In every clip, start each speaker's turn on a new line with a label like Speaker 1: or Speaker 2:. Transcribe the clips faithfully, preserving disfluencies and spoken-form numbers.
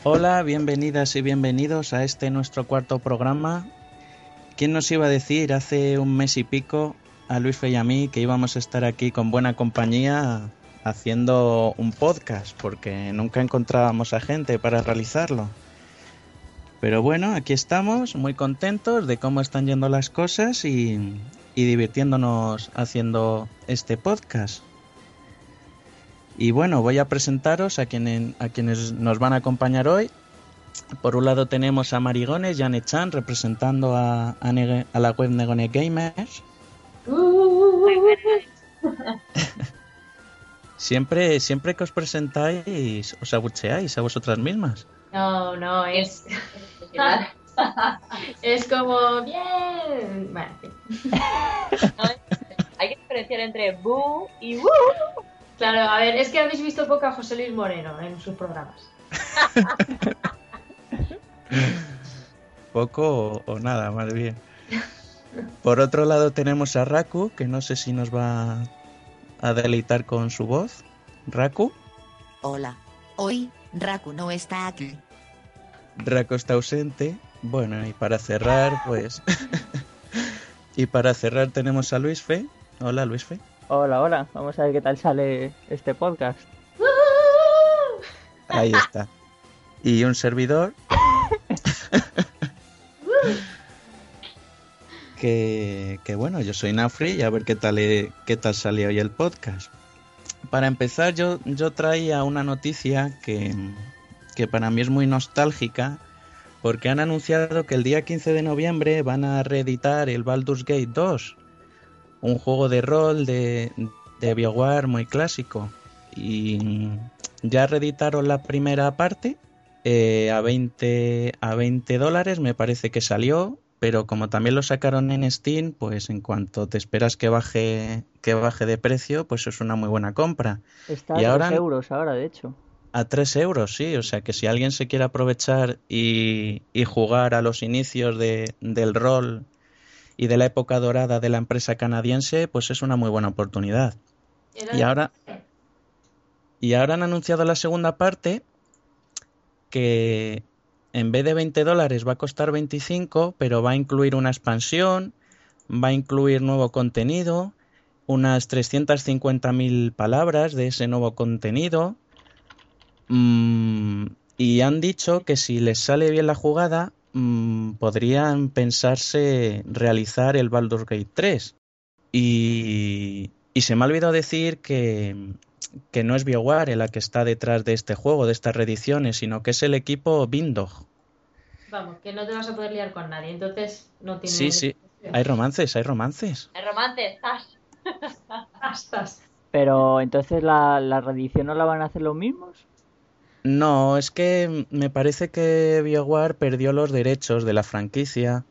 Speaker 1: Hola, bienvenidas y bienvenidos a este nuestro cuarto programa. ¿Quién nos iba a decir hace un mes y pico a Luisfe y a mí que íbamos a estar aquí con buena compañía haciendo un podcast? Porque nunca encontrábamos a gente para realizarlo. Pero bueno, aquí estamos, muy contentos de cómo están yendo las cosas y, y divirtiéndonos haciendo este podcast. Y bueno, voy a presentaros a, quien, a quienes nos van a acompañar hoy. Por un lado tenemos a Marigones y a Nechan representando a, a, Nege, a la web Negone Gamers.
Speaker 2: Uh,
Speaker 1: siempre, siempre que os presentáis os abucheáis a vosotras mismas.
Speaker 2: No, no, es... es como... ¡Bien! Bueno,
Speaker 3: no, hay que diferenciar entre bu y bu.
Speaker 2: Claro, a ver, es que habéis visto poco a José Luis Moreno en sus programas.
Speaker 1: Poco o, o nada, más bien. Por otro lado tenemos a Raku, que no sé si nos va a deleitar con su voz. ¿Raku?
Speaker 4: Hola. Hoy, Raku no está aquí.
Speaker 1: Raku está ausente. Bueno, y para cerrar, pues... y para cerrar tenemos a Luisfe. Hola, Luisfe.
Speaker 5: Hola, hola. Vamos a ver qué tal sale este podcast.
Speaker 1: Ahí está. Y un servidor... que, que bueno, yo soy Nafri y a ver qué tal, qué tal sale hoy el podcast. Para empezar, yo, yo traía una noticia que, que para mí es muy nostálgica, porque han anunciado que el día quince de noviembre van a reeditar el Baldur's Gate dos, un juego de rol de, de BioWare muy clásico. Y ya reeditaron la primera parte eh, a veinte dólares, me parece que salió. Pero como también lo sacaron en Steam, pues en cuanto te esperas que baje que baje de precio, pues es una muy buena compra.
Speaker 5: Está
Speaker 1: y
Speaker 5: a
Speaker 1: ahora,
Speaker 5: tres euros ahora, de hecho.
Speaker 1: A tres euros, sí. O sea que si alguien se quiere aprovechar y, y jugar a los inicios de, del rol y de la época dorada de la empresa canadiense, pues es una muy buena oportunidad. Y ahora, y ahora han anunciado la segunda parte, que... en vez de veinte dólares va a costar veinticinco, pero va a incluir una expansión, va a incluir nuevo contenido, unas trescientas cincuenta mil palabras de ese nuevo contenido. Mmm, y han dicho que si les sale bien la jugada, mmm, podrían pensarse realizar el Baldur's Gate tres. Y, y se me ha olvidado decir que... que no es BioWare la que está detrás de este juego, de estas reediciones, sino que es el equipo Vindog.
Speaker 2: Vamos, que no te vas a poder liar con nadie, entonces no tiene...
Speaker 1: Sí, sí, hay romances, hay romances.
Speaker 3: Hay romances, ¡zas!
Speaker 2: Astas.
Speaker 5: Pero entonces la, la reedición no la van a hacer los mismos.
Speaker 1: No, es que me parece que BioWare perdió los derechos de la franquicia.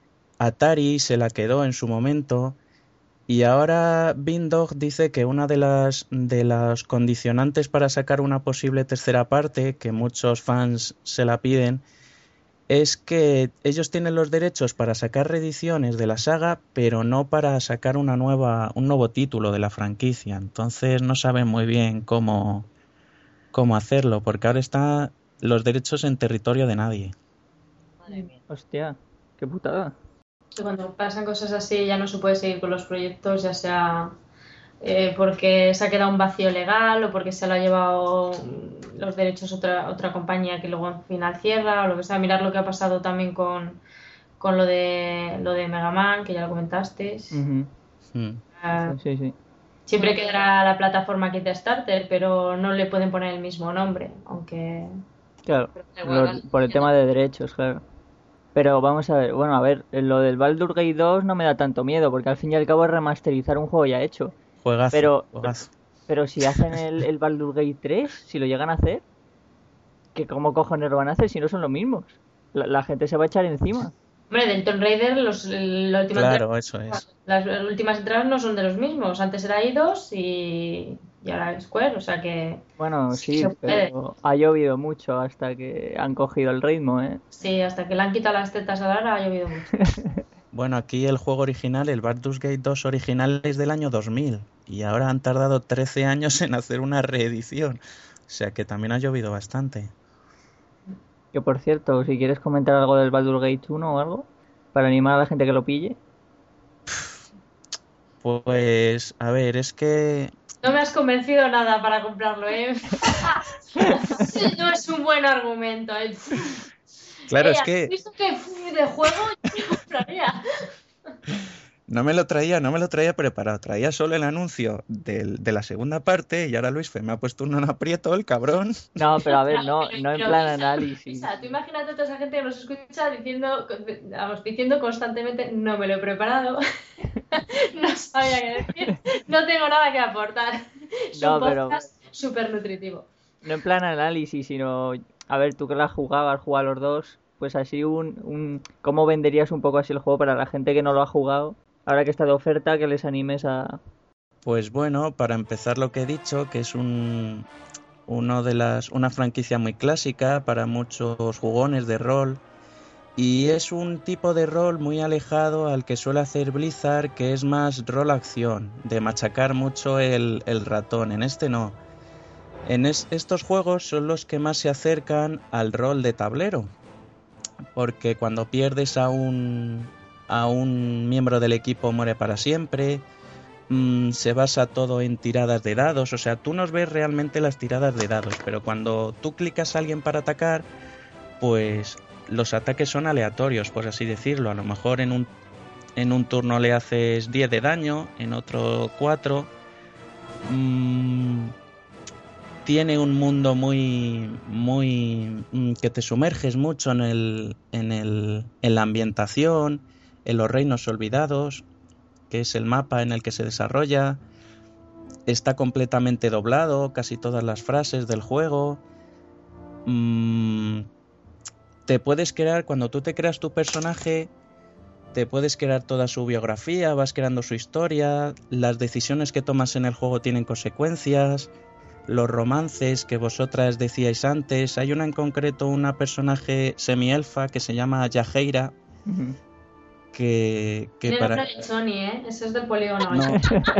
Speaker 1: Atari se la quedó en su momento. Y ahora Vindog dice que una de las de las condicionantes para sacar una posible tercera parte, que muchos fans se la piden, es que ellos tienen los derechos para sacar reediciones de la saga, pero no para sacar una nueva, un nuevo título de la franquicia. Entonces no saben muy bien cómo, cómo hacerlo, porque ahora están los derechos en territorio de nadie.
Speaker 3: Madre mía.
Speaker 5: Hostia, qué putada.
Speaker 2: Cuando pasan cosas así ya no se puede seguir con los proyectos, ya sea eh, porque se ha quedado un vacío legal o porque se lo ha llevado los derechos otra otra compañía que luego al final cierra o lo que sea. Mirar lo que ha pasado también con, con lo de lo de Mega Man, que ya lo comentasteis.
Speaker 5: Uh-huh.
Speaker 1: Hmm.
Speaker 2: Uh,
Speaker 5: Sí, sí, sí.
Speaker 2: Siempre quedará la plataforma Kickstarter, pero no le pueden poner el mismo nombre, aunque...
Speaker 5: Claro,
Speaker 3: Igual,
Speaker 5: los, por el tema de derechos, claro. Pero vamos a ver, bueno, a ver, lo del Baldur's Gate dos no me da tanto miedo, porque al fin y al cabo es remasterizar un juego ya hecho.
Speaker 1: Juegazo,
Speaker 5: Pero,
Speaker 1: juegazo.
Speaker 5: pero si hacen el, el Baldur's Gate tres, si lo llegan a hacer, ¿que cómo cojones lo van a hacer si no son los mismos? La, la gente se va a echar encima.
Speaker 2: Hombre, del Tomb Raider, los, la última
Speaker 1: Claro,
Speaker 2: entrega,
Speaker 1: eso es.
Speaker 2: las últimas entradas no son de los mismos. Antes era Eidos y, y ahora Square, o sea que...
Speaker 5: Bueno, sí,
Speaker 2: se puede.
Speaker 5: pero ha llovido mucho hasta que han cogido el ritmo, ¿eh?
Speaker 2: Sí, hasta que le han quitado las tetas a Lara ha llovido mucho.
Speaker 1: Bueno, aquí el juego original, el Baldur's Gate dos original, es del año dos mil. Y ahora han tardado trece años en hacer una reedición. O sea que también ha llovido bastante.
Speaker 5: Que por cierto, si quieres comentar algo del Baldur's Gate uno o algo, para animar a la gente que lo pille.
Speaker 1: Pues, a ver, es que...
Speaker 2: No me has convencido nada para comprarlo, ¿eh? No es un buen argumento, ¿eh?
Speaker 1: Claro,
Speaker 2: Eh,
Speaker 1: es
Speaker 2: ¿has
Speaker 1: que
Speaker 2: visto que f- de juego yo me compraría?
Speaker 1: no me lo traía, no me lo traía preparado. Traía solo el anuncio del- de la segunda parte y ahora Luis Fe me ha puesto un aprieto, el cabrón.
Speaker 5: No, pero a ver,
Speaker 2: Pero-
Speaker 5: no,
Speaker 2: pero-
Speaker 5: no en
Speaker 2: pero
Speaker 5: plan
Speaker 2: Pisa,
Speaker 5: análisis.
Speaker 2: Pisa, tú imagínate a toda esa gente que nos escucha diciendo, vamos, diciendo constantemente, no me lo he preparado, no sabía qué decir, no tengo nada que aportar. Es
Speaker 5: No,
Speaker 2: un
Speaker 5: pero-
Speaker 2: podcast súper nutritivo.
Speaker 5: No en plan análisis, sino, a ver, tú que la has jugado, has jugado a los dos, pues así un, un... ¿Cómo venderías un poco así el juego para la gente que no lo ha jugado? Ahora que está de oferta, que les animes a...
Speaker 1: Pues bueno, para empezar lo que he dicho, que es un, uno de las, una franquicia muy clásica para muchos jugones de rol. Y es un tipo de rol muy alejado al que suele hacer Blizzard, que es más rol-acción, de machacar mucho el, el ratón. En este no. En es- estos juegos son los que más se acercan al rol de tablero, porque cuando pierdes a un, a un miembro del equipo muere para siempre, mm, se basa todo en tiradas de dados, o sea, tú no ves realmente las tiradas de dados, pero cuando tú clicas a alguien para atacar, pues los ataques son aleatorios, por así decirlo. A lo mejor en un, en un turno le haces diez de daño, en otro cuatro. Mm, tiene un mundo muy, muy mm, que te sumerges mucho en el, en el, en la ambientación, en los reinos olvidados, que es el mapa en el que se desarrolla. Está completamente doblado, casi todas las frases del juego. Mm, te puedes crear, cuando tú te creas tu personaje, te puedes crear toda su biografía, vas creando su historia, las decisiones que tomas en el juego tienen consecuencias, los romances que vosotras decíais antes. Hay una en concreto, una personaje semi-elfa que se llama Yajeira,
Speaker 5: Ujú.
Speaker 1: que, que
Speaker 2: Tiene
Speaker 1: para...
Speaker 2: nombre de Sony, ¿eh? Eso es del polígono.
Speaker 1: No.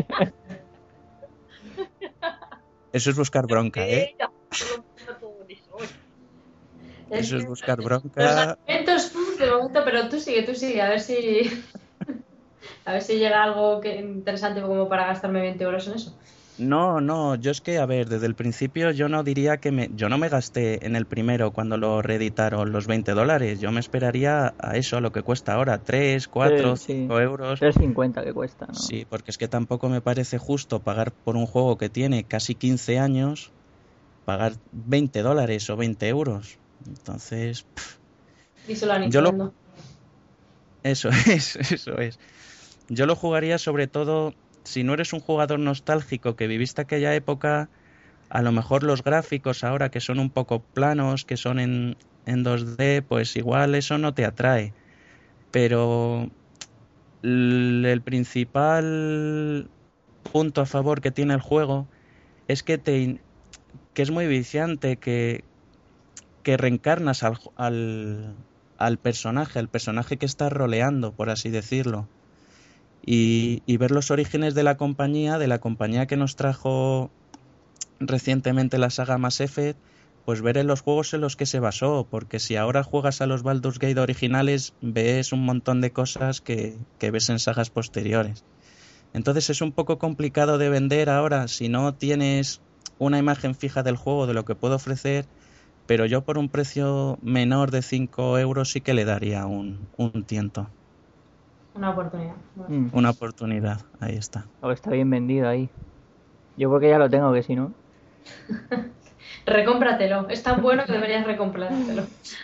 Speaker 1: Eso es buscar bronca, ¿eh?
Speaker 3: Venga, solo por todo eso.
Speaker 1: Eso es buscar
Speaker 2: Los
Speaker 1: bronca.
Speaker 2: argumentos puf, de momento, pero tú sigue, tú sigue, a ver si a ver si llega algo que, interesante como para gastarme veinte euros en eso.
Speaker 1: No, no, yo es que, a ver, desde el principio yo no diría que me... Yo no me gasté en el primero cuando lo reeditaron los veinte dólares. Yo me esperaría a eso, a lo que cuesta ahora, tres, cuatro,
Speaker 5: Sí, sí.
Speaker 1: cinco euros.
Speaker 5: tres cincuenta que cuesta, ¿no?
Speaker 1: Sí, porque es que tampoco me parece justo pagar por un juego que tiene casi quince años, pagar veinte dólares o veinte euros. Entonces, pff,
Speaker 2: Díselo a
Speaker 1: Yo lo-
Speaker 2: Nintendo.
Speaker 1: eso es, eso es. Yo lo jugaría sobre todo, si no eres un jugador nostálgico que viviste aquella época, a lo mejor los gráficos ahora que son un poco planos, que son en, en dos D, pues igual eso no te atrae. Pero l- el principal punto a favor que tiene el juego es que te in- que es muy viciante, que, que reencarnas al, ju- al, al personaje, al personaje que estás roleando, por así decirlo. Y, y ver los orígenes de la compañía, de la compañía que nos trajo recientemente la saga Mass Effect, pues ver en los juegos en los que se basó, porque si ahora juegas a los Baldur's Gate originales, ves un montón de cosas que, que ves en sagas posteriores. Entonces es un poco complicado de vender ahora si no tienes una imagen fija del juego, de lo que puedo ofrecer, pero yo por un precio menor de cinco euros sí que le daría un, un tiento,
Speaker 2: Una oportunidad. Bueno.
Speaker 5: Mm.
Speaker 1: una oportunidad. Ahí está.
Speaker 5: O está bien vendido ahí. Yo porque ya lo tengo, que si no...
Speaker 2: Recómpratelo. Es tan bueno que deberías recomprártelo.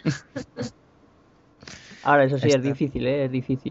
Speaker 5: Ahora, eso sí,
Speaker 1: Está.
Speaker 5: es difícil, ¿eh? Es difícil.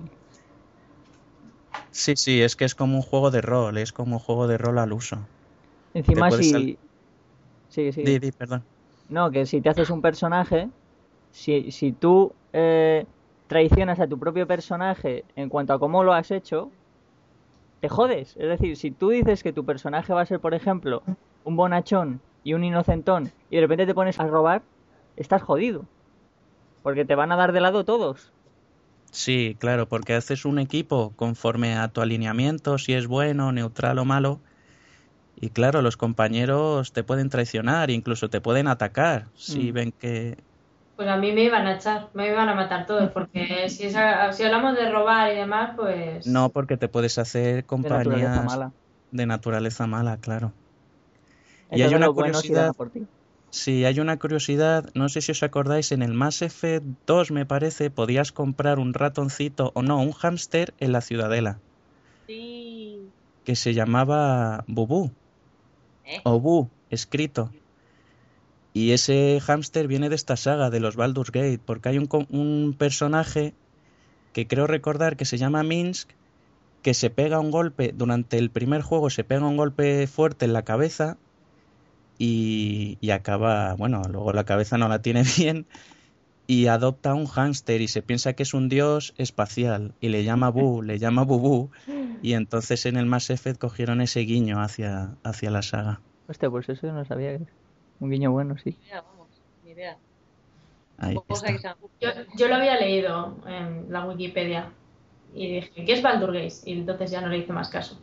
Speaker 1: Sí, sí, es que es como un juego de rol, es como un juego de rol al uso.
Speaker 5: Encima
Speaker 1: puedes
Speaker 5: si...
Speaker 1: sal-
Speaker 5: Sí, sí.
Speaker 1: Di, di, perdón.
Speaker 5: No, que si te haces un personaje, si, si tú eh, traicionas a tu propio personaje en cuanto a cómo lo has hecho, te jodes. Es decir, si tú dices que tu personaje va a ser, por ejemplo, un bonachón y un inocentón, y de repente te pones a robar, estás jodido. Porque te van a dar de lado todos.
Speaker 1: Sí, claro, porque haces un equipo conforme a tu alineamiento, si es bueno, neutral o malo. Y claro, los compañeros te pueden traicionar, incluso te pueden atacar si
Speaker 5: Mm.
Speaker 1: ven que,
Speaker 2: Pues a mí me iban a echar, me iban a matar todos, porque si, esa- si hablamos de robar y demás, pues...
Speaker 1: No, porque te puedes hacer
Speaker 5: De naturaleza
Speaker 1: compañías
Speaker 5: mala.
Speaker 1: de naturaleza mala, claro. Y hay
Speaker 5: Entonces
Speaker 1: una
Speaker 5: los buenos irán a
Speaker 1: curiosidad,
Speaker 5: por ti.
Speaker 1: sí, hay una curiosidad, no sé si os acordáis, en el Mass Effect dos, me parece, podías comprar un ratoncito, o no, un hámster en la Ciudadela,
Speaker 3: Sí.
Speaker 1: que se llamaba Bubú,
Speaker 3: ¿Eh?
Speaker 1: o Bu, escrito. Y ese hámster viene de esta saga, de los Baldur's Gate, porque hay un, co- un personaje que creo recordar que se llama Minsk, que se pega un golpe, durante el primer juego se pega un golpe fuerte en la cabeza y, y acaba, bueno, luego la cabeza no la tiene bien y adopta un hámster y se piensa que es un dios espacial y le llama Bu, le llama Bubú y entonces en el Mass Effect cogieron ese guiño hacia, hacia la saga.
Speaker 5: Hostia, pues eso no sabía que es. Un guiño bueno, sí.
Speaker 3: Ni idea, vamos, ni idea.
Speaker 1: Ahí
Speaker 3: Cosa que
Speaker 1: está.
Speaker 3: se
Speaker 2: Yo, yo lo había leído en la Wikipedia y dije, ¿qué es Baldur Gate? Y entonces ya no le hice más caso.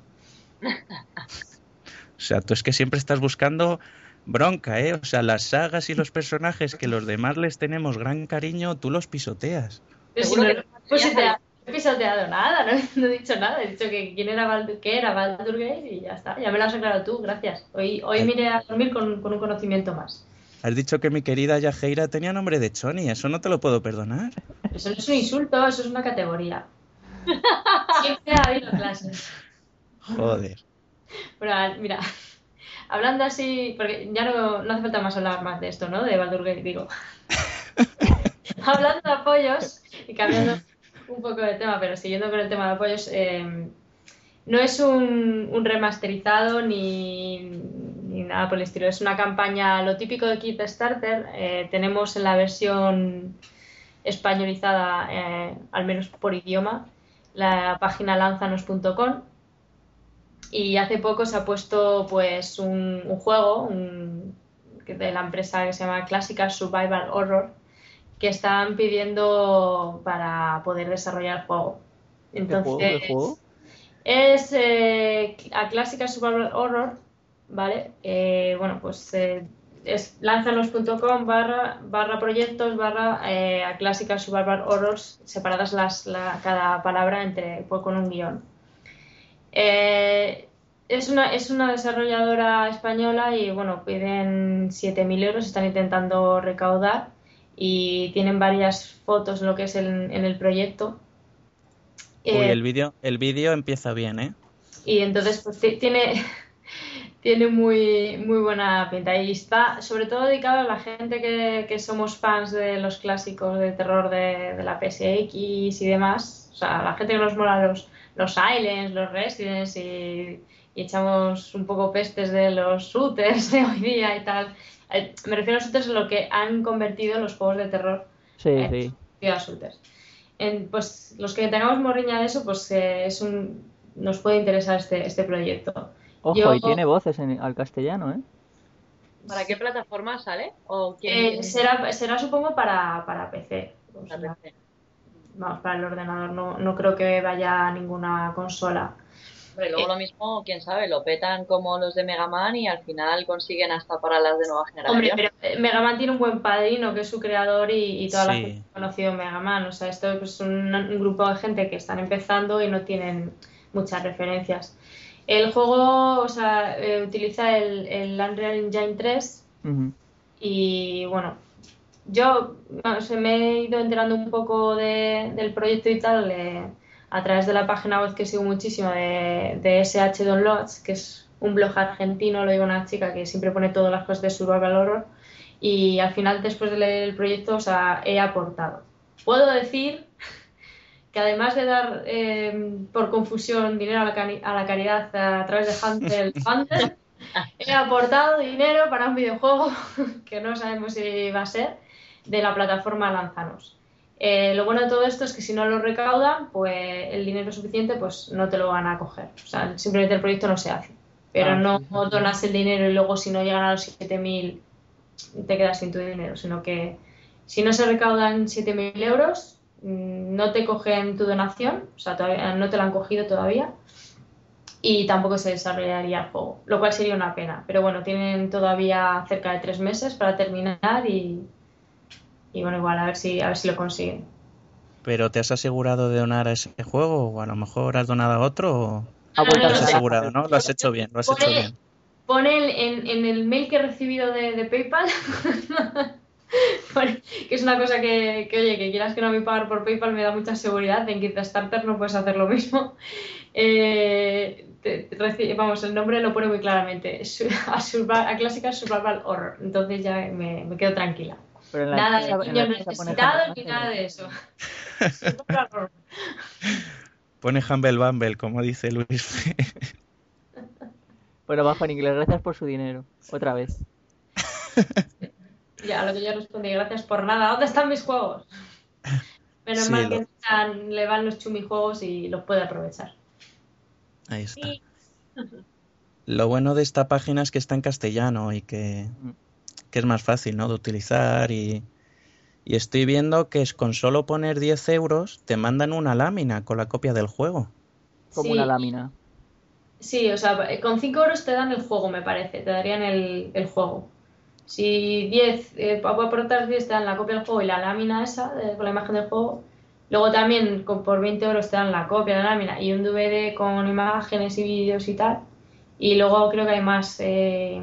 Speaker 1: O sea, tú es que siempre estás buscando bronca, ¿eh? O sea, las sagas y los personajes que los demás les tenemos gran cariño, tú los pisoteas.
Speaker 2: Pero si
Speaker 3: Seguro
Speaker 2: no,
Speaker 3: que
Speaker 2: no
Speaker 3: no
Speaker 2: he pisoteado,
Speaker 3: sabía.
Speaker 2: no he pisoteado nada, no, no he dicho nada. He dicho que quién era Baldur, qué era Baldur Gate y ya está. Ya me lo has aclarado tú, gracias. Hoy, hoy
Speaker 1: Has,
Speaker 2: me iré a dormir con, con un conocimiento más.
Speaker 1: has dicho que mi querida Yajeira tenía nombre de Choni, eso no te lo puedo perdonar.
Speaker 2: Eso no es un insulto, eso es una categoría. Siempre ha habido clases.
Speaker 1: Joder.
Speaker 2: Pero mira, hablando así, porque ya no, no hace falta más hablar más de esto, ¿no? De Baldur Gate, digo. Hablando de apoyos y cambiando un poco de tema, pero siguiendo con el tema de apoyos, eh, no es un, un remasterizado ni, ni nada por el estilo. Es una campaña, lo típico de Kickstarter. Eh, tenemos en la versión españolizada, eh, al menos por idioma, la página lanzanos punto com. Y hace poco se ha puesto pues un, un juego un, de la empresa que se llama Classical Survival Horror, que están pidiendo para poder desarrollar el juego.
Speaker 5: ¿Qué juego? ¿Qué juego?
Speaker 2: Entonces, es eh, a Classical Survival Horror, ¿vale? Eh, bueno, pues eh, es lanzanos punto com barra, barra proyectos barra eh, a Classical Survival Horrors, separadas las, la, cada palabra entre, pues, con un guión. Eh, es una, es una desarrolladora española y bueno, piden siete mil euros, están intentando recaudar y tienen varias fotos en lo que es el, en el proyecto.
Speaker 1: Uy,
Speaker 2: Eh,
Speaker 1: el vídeo, el vídeo empieza bien, ¿eh?
Speaker 2: y entonces pues t- tiene, tiene muy, muy buena pinta y está sobre todo dedicado a la gente que, que somos fans de los clásicos de terror de, de la P S X y demás. O sea, la gente que nos mola los, los Silents, los Residents y, y echamos un poco pestes de los shooters de hoy día y tal. Eh, me refiero a shooters en lo que han convertido los juegos de terror
Speaker 5: Sí,
Speaker 2: en
Speaker 5: sí.
Speaker 2: shooters. En, pues los que tengamos morriña de eso, pues eh, es un, nos puede interesar este, este proyecto.
Speaker 5: Ojo,
Speaker 2: Yo,
Speaker 5: y tiene voces en, al castellano, ¿eh?
Speaker 3: ¿Para qué plataforma sale? ¿O quién,
Speaker 2: eh,
Speaker 3: quién
Speaker 2: será, será supongo para, para P C. O
Speaker 3: la
Speaker 2: sea,
Speaker 3: P C?
Speaker 2: vamos, para el ordenador. No, no creo que vaya a ninguna consola.
Speaker 3: Hombre, luego
Speaker 2: Eh,
Speaker 3: lo mismo, quién sabe, lo petan como los de Mega Man y al final consiguen hasta para las de nueva
Speaker 2: Hombre,
Speaker 3: generación.
Speaker 2: pero eh, Mega Man tiene un buen padrino que es su creador y, y toda la gente
Speaker 1: Sí.
Speaker 2: ha conocido Mega Man. O sea, esto es pues, un, un grupo de gente que están empezando y no tienen muchas referencias. El juego, o sea, eh, utiliza el, el Unreal Engine tres
Speaker 5: Ujú.
Speaker 2: y bueno, yo no sé, me he ido enterando un poco de- del proyecto y tal eh, a través de la página web que sigo muchísimo de, de S H Downloads, que es un blog argentino, lo digo una chica que siempre pone todas las cosas de Survival Horror y al final después de leer el proyecto, o sea, he aportado. Puedo decir que además de dar eh, por confusión dinero a la, cani- a la caridad a, través de Hunter Hunter, he aportado dinero para un videojuego que no sabemos si va a ser, de la plataforma Lanzanos. Eh, lo bueno de todo esto es que si no lo recaudan, pues el dinero suficiente, pues no te lo van a coger. O sea, simplemente el proyecto no se hace. Pero
Speaker 5: Ah,
Speaker 2: no
Speaker 5: sí, sí, sí.
Speaker 2: donas el dinero y luego si no llegan a los siete mil te quedas sin tu dinero, sino que si no se recaudan siete mil euros, mm, no te cogen tu donación, o sea, todavía, no te la han cogido todavía y tampoco se desarrollaría el juego, lo cual sería una pena. Pero bueno, tienen todavía cerca de tres meses para terminar y, y bueno, igual a ver si a ver si lo consiguen.
Speaker 1: ¿Pero te has asegurado de donar a ese juego o a lo mejor has donado a otro o
Speaker 5: Ha
Speaker 2: No,
Speaker 5: vuelto
Speaker 2: no,
Speaker 1: te
Speaker 5: a
Speaker 1: has
Speaker 2: no,
Speaker 5: ser-
Speaker 1: asegurado, ¿no? Lo has hecho bien, lo has hecho
Speaker 2: Pone,
Speaker 1: bien.
Speaker 2: pone en, en el mail que he recibido de, de PayPal, pone que es una cosa que, que, oye, que quieras que no me pagar por PayPal me da mucha seguridad. En Kickstarter no puedes hacer lo mismo. Eh, te- te reci- vamos, el nombre lo pone muy claramente. Su- A, survival- a Classical Survival Horror. Entonces ya me, me quedo tranquila.
Speaker 5: Pero en la
Speaker 2: Nada de
Speaker 5: ficha, en la
Speaker 2: niños
Speaker 5: ficha pone
Speaker 2: necesitados
Speaker 5: Humble
Speaker 2: ni
Speaker 5: Bundle,
Speaker 2: nada
Speaker 5: ¿no?
Speaker 2: de eso. Survival Horror.
Speaker 1: Pone Humble Bumble, como dice Luis.
Speaker 5: Bueno, bajo en inglés, gracias por su dinero. Otra vez.
Speaker 2: Ya, a lo que yo respondí, gracias por nada. ¿Dónde están mis juegos? Menos
Speaker 1: Sí,
Speaker 2: mal
Speaker 1: lo-
Speaker 2: que están- le van los chumijuegos y los puede aprovechar.
Speaker 1: Ahí está.
Speaker 2: Sí.
Speaker 1: Lo bueno de esta página es que está en castellano y que,
Speaker 5: Mm.
Speaker 1: que es más fácil, ¿no? De utilizar y, y estoy viendo que es con solo poner diez euros te mandan una lámina con la copia del juego.
Speaker 5: Como
Speaker 2: Sí,
Speaker 5: una lámina.
Speaker 2: sí, o sea, con cinco euros te dan el juego, me parece, te darían el, el juego. Si diez, eh, por aportar diez te dan la copia del juego y la lámina esa, eh, con la imagen del juego. Luego también con- por veinte euros te dan la copia de la lámina y un D V D con imágenes y vídeos y tal. Y luego creo que hay más, eh,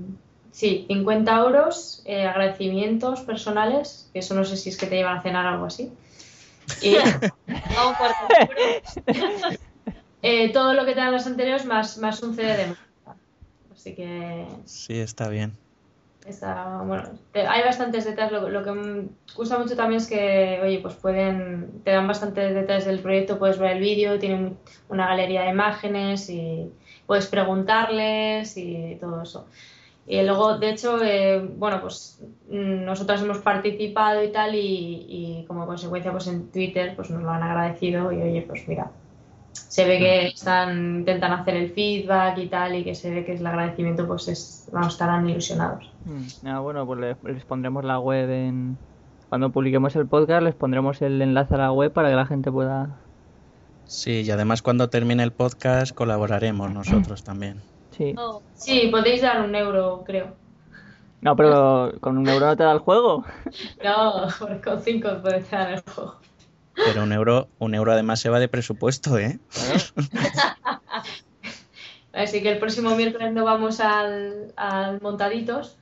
Speaker 2: sí, cincuenta euros, eh, agradecimientos personales, que eso no sé si es que te llevan a cenar o algo así. Y
Speaker 3: A un cuarto de euro.
Speaker 2: eh, todo lo que te dan los anteriores más, más un C D de música. Así que
Speaker 1: Sí, está bien.
Speaker 2: está, bueno, te- hay bastantes detalles. Lo, lo que me gusta mucho también es que, oye, pues pueden, te dan bastantes detalles del proyecto, puedes ver el vídeo, tienen una galería de imágenes y puedes preguntarles y todo eso. Y luego, de hecho, eh, bueno, pues mm, nosotros hemos participado y tal y, y como consecuencia, pues en Twitter, pues nos lo han agradecido y oye, pues mira, se ve que están, intentan hacer el feedback y tal, y que se ve que el agradecimiento, pues es, vamos, estarán ilusionados.
Speaker 5: Mm. Ah, bueno, pues les, les pondremos la web en... Cuando publiquemos el podcast les pondremos el enlace a la web para que la gente pueda...
Speaker 1: Sí, y además cuando termine el podcast colaboraremos nosotros también.
Speaker 5: Sí.
Speaker 3: Oh,
Speaker 2: Sí, podéis dar un euro, creo.
Speaker 5: No, pero con un euro no te da el juego.
Speaker 2: No, porque con cinco podéis dar el juego.
Speaker 1: Pero un euro, un euro además se va de presupuesto, ¿eh?
Speaker 5: Claro.
Speaker 2: Así que el próximo miércoles no vamos al, al Montaditos.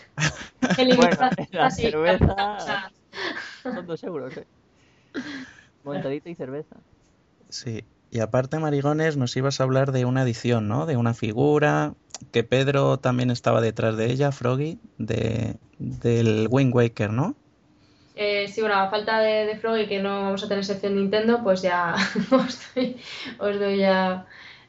Speaker 2: El
Speaker 5: Bueno,
Speaker 2: invitado-
Speaker 5: la
Speaker 2: así,
Speaker 5: cerveza-
Speaker 2: vamos a-
Speaker 5: Son dos euros, eh. Montadito y cerveza.
Speaker 1: Sí. Y aparte, Marigones, nos ibas a hablar de una edición, ¿no? De una figura, que Pedro también estaba detrás de ella, Froggy, de, del Wind Waker, ¿no?
Speaker 2: Eh, sí, bueno, a falta de, de Froggy, que no vamos a tener sección Nintendo, pues ya os doy, os doy ya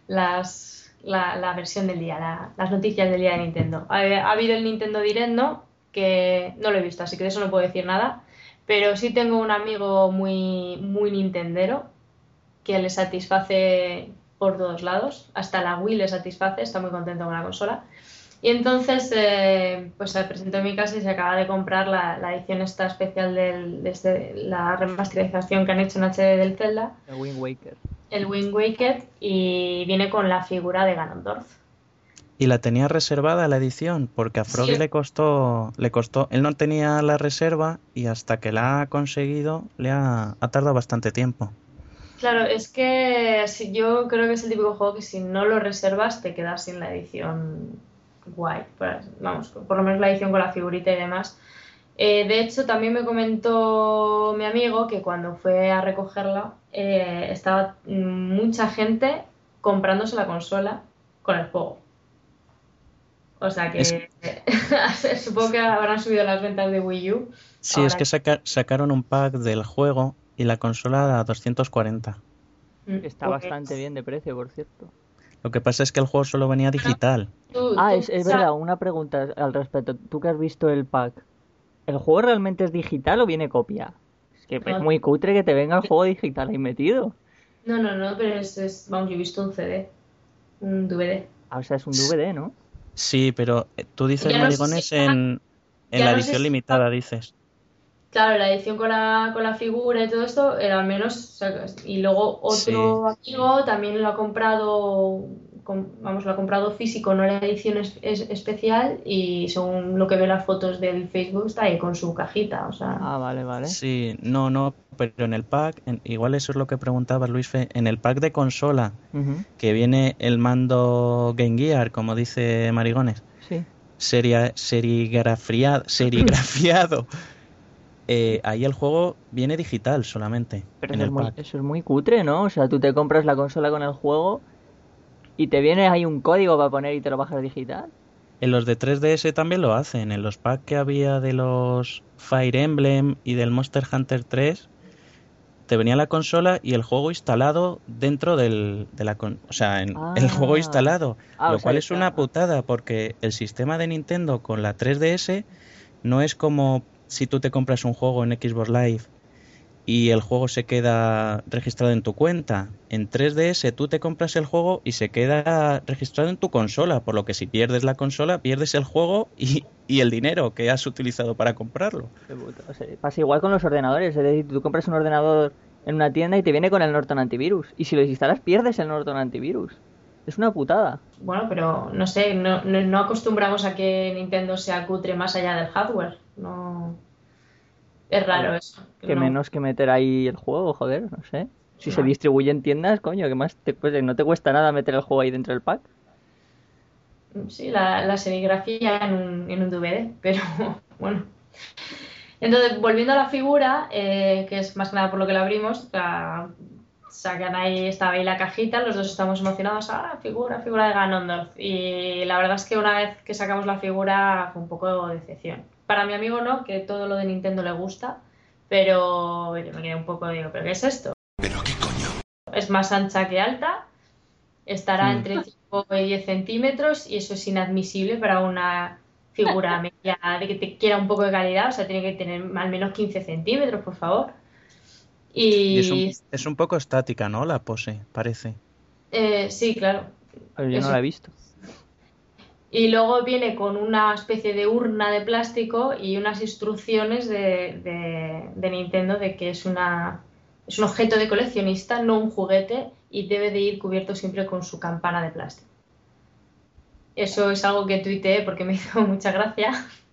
Speaker 2: las, la, la versión del día, la- las noticias del día de Nintendo. Ha, ha habido el Nintendo Direct, ¿no? Que no lo he visto, así que de eso no puedo decir nada. Pero sí tengo un amigo muy, muy nintendero que le satisface por todos lados. Hasta la Wii le satisface, está muy contento con la consola. Y entonces, eh, pues se presentó en mi casa y se acaba de comprar la, la edición esta especial del, de este- la remasterización que han hecho en H D del Zelda,
Speaker 5: El Wind Waker.
Speaker 2: el Wind Waker, y viene con la figura de Ganondorf.
Speaker 1: Y la tenía reservada la edición, porque a Froggy
Speaker 2: Sí.
Speaker 1: le costó, le costó, él no tenía la reserva y hasta que la ha conseguido le ha, ha tardado bastante tiempo.
Speaker 2: Claro, es que si yo creo que es el típico juego que si no lo reservas te quedas sin la edición guay. Por- vamos, por lo menos la edición con la figurita y demás. Eh, de hecho, también me comentó mi amigo que cuando fue a recogerla eh, estaba mm, mucha gente comprándose la consola con el juego. O sea que
Speaker 1: Es-
Speaker 2: supongo que habrán subido las ventas de Wii U.
Speaker 1: Sí,
Speaker 2: Ahora
Speaker 1: es que saca- sacaron un pack del juego y la consola a doscientos cuarenta.
Speaker 2: Mm,
Speaker 5: Está
Speaker 2: pues,
Speaker 5: bastante bien de precio, por cierto.
Speaker 1: Lo que pasa es que el juego solo venía digital.
Speaker 2: tú-
Speaker 5: Ah,
Speaker 2: tú
Speaker 5: es, es
Speaker 2: piensa-
Speaker 5: verdad, una pregunta al respecto. Tú que has visto el pack, ¿el juego realmente es digital o viene copia? Es que es
Speaker 2: No.
Speaker 5: muy cutre que te venga el juego digital ahí metido.
Speaker 2: No, no, no, pero es, es- vamos, yo he visto un C D, un D V D.
Speaker 5: Ah, o sea, es un D V D, ¿no?
Speaker 1: Sí, pero eh, tú dices,
Speaker 2: Ya no sé
Speaker 1: Marigones,
Speaker 2: si-
Speaker 1: en, en
Speaker 2: ya
Speaker 1: la
Speaker 2: no sé
Speaker 1: edición
Speaker 2: si-
Speaker 1: limitada, dices.
Speaker 2: Claro, la edición con la, con la figura y todo esto, era al menos, o sea, y luego otro amigo también lo ha comprado com- vamos, lo ha comprado físico, no la edición es- es- especial, y según lo que ve las fotos del Facebook está ahí con su cajita, o sea,
Speaker 5: Ah, vale, vale.
Speaker 1: Sí, no, no, pero en el pack, en- igual eso es lo que preguntabas, Luis Fe, en el pack de consola,
Speaker 5: Ujú,
Speaker 1: que viene el mando Game Gear, como dice Marigones,
Speaker 5: sí.
Speaker 1: seria, serigrafia- serigrafiado, eh, ahí el juego viene digital solamente,
Speaker 5: Pero
Speaker 1: en
Speaker 5: eso es
Speaker 1: el
Speaker 5: muy,
Speaker 1: pack.
Speaker 5: eso es muy cutre, ¿no? O sea, tú te compras la consola con el juego y te viene ahí un código para poner y te lo bajas digital.
Speaker 1: En los de tres D S también lo hacen, en los packs que había de los Fire Emblem y del Monster Hunter tres, te venía la consola y el juego instalado dentro del, de la con- o sea, en, el juego
Speaker 5: Ah,
Speaker 1: instalado,
Speaker 5: ah, o
Speaker 1: lo
Speaker 5: sea,
Speaker 1: cual
Speaker 5: que
Speaker 1: es una
Speaker 5: está.
Speaker 1: putada porque el sistema de Nintendo con la tres D S no es como si tú te compras un juego en Xbox Live y el juego se queda registrado en tu cuenta. En tres D S tú te compras el juego y se queda registrado en tu consola, por lo que si pierdes la consola, pierdes el juego y, y el dinero que has utilizado para comprarlo.
Speaker 5: Qué puto. O sea, pasa igual con los ordenadores. Es decir, tú compras un ordenador en una tienda y te viene con el Norton Antivirus. Y si lo instalas, pierdes el Norton Antivirus. Es una putada.
Speaker 2: bueno, pero no sé, no, no, no acostumbramos a que Nintendo sea cutre más allá del hardware, no, es raro
Speaker 5: Joder,
Speaker 2: eso,
Speaker 5: que
Speaker 2: no.
Speaker 5: menos que meter ahí el juego, joder, no sé. Si se
Speaker 2: No.
Speaker 5: distribuye en tiendas, coño, que más te cuesta, no te cuesta nada meter el juego ahí dentro del pack.
Speaker 2: Sí, la, la serigrafía en un, en un D V D, pero bueno. Entonces, volviendo a la figura, eh, que es más que nada por lo que la abrimos, la, sacan ahí, estaba ahí la cajita, los dos estamos emocionados, ah, figura, figura de Ganondorf. Y la verdad es que una vez que sacamos la figura fue un poco de decepción. Para mi amigo no, que todo lo de Nintendo le gusta, pero yo me quedé un poco, digo, ¿pero qué es esto?
Speaker 6: ¿Pero qué coño?
Speaker 2: Es más ancha que alta, estará
Speaker 1: Mm.
Speaker 2: entre cinco y diez centímetros y eso es inadmisible para una figura media de que te quiera un poco de calidad, o sea, tiene que tener al menos quince centímetros, por favor.
Speaker 1: Y es un,
Speaker 2: Y
Speaker 1: es un poco estática, ¿no? La pose, parece.
Speaker 2: eh, sí, claro.
Speaker 5: Pero yo no
Speaker 2: Eso.
Speaker 5: la he visto.
Speaker 2: Y luego viene con una especie de urna de plástico y unas instrucciones de, de- de Nintendo de que es una es un objeto de coleccionista, no un juguete, y debe de ir cubierto siempre con su campana de plástico. Eso es algo que tuiteé porque me hizo mucha gracia.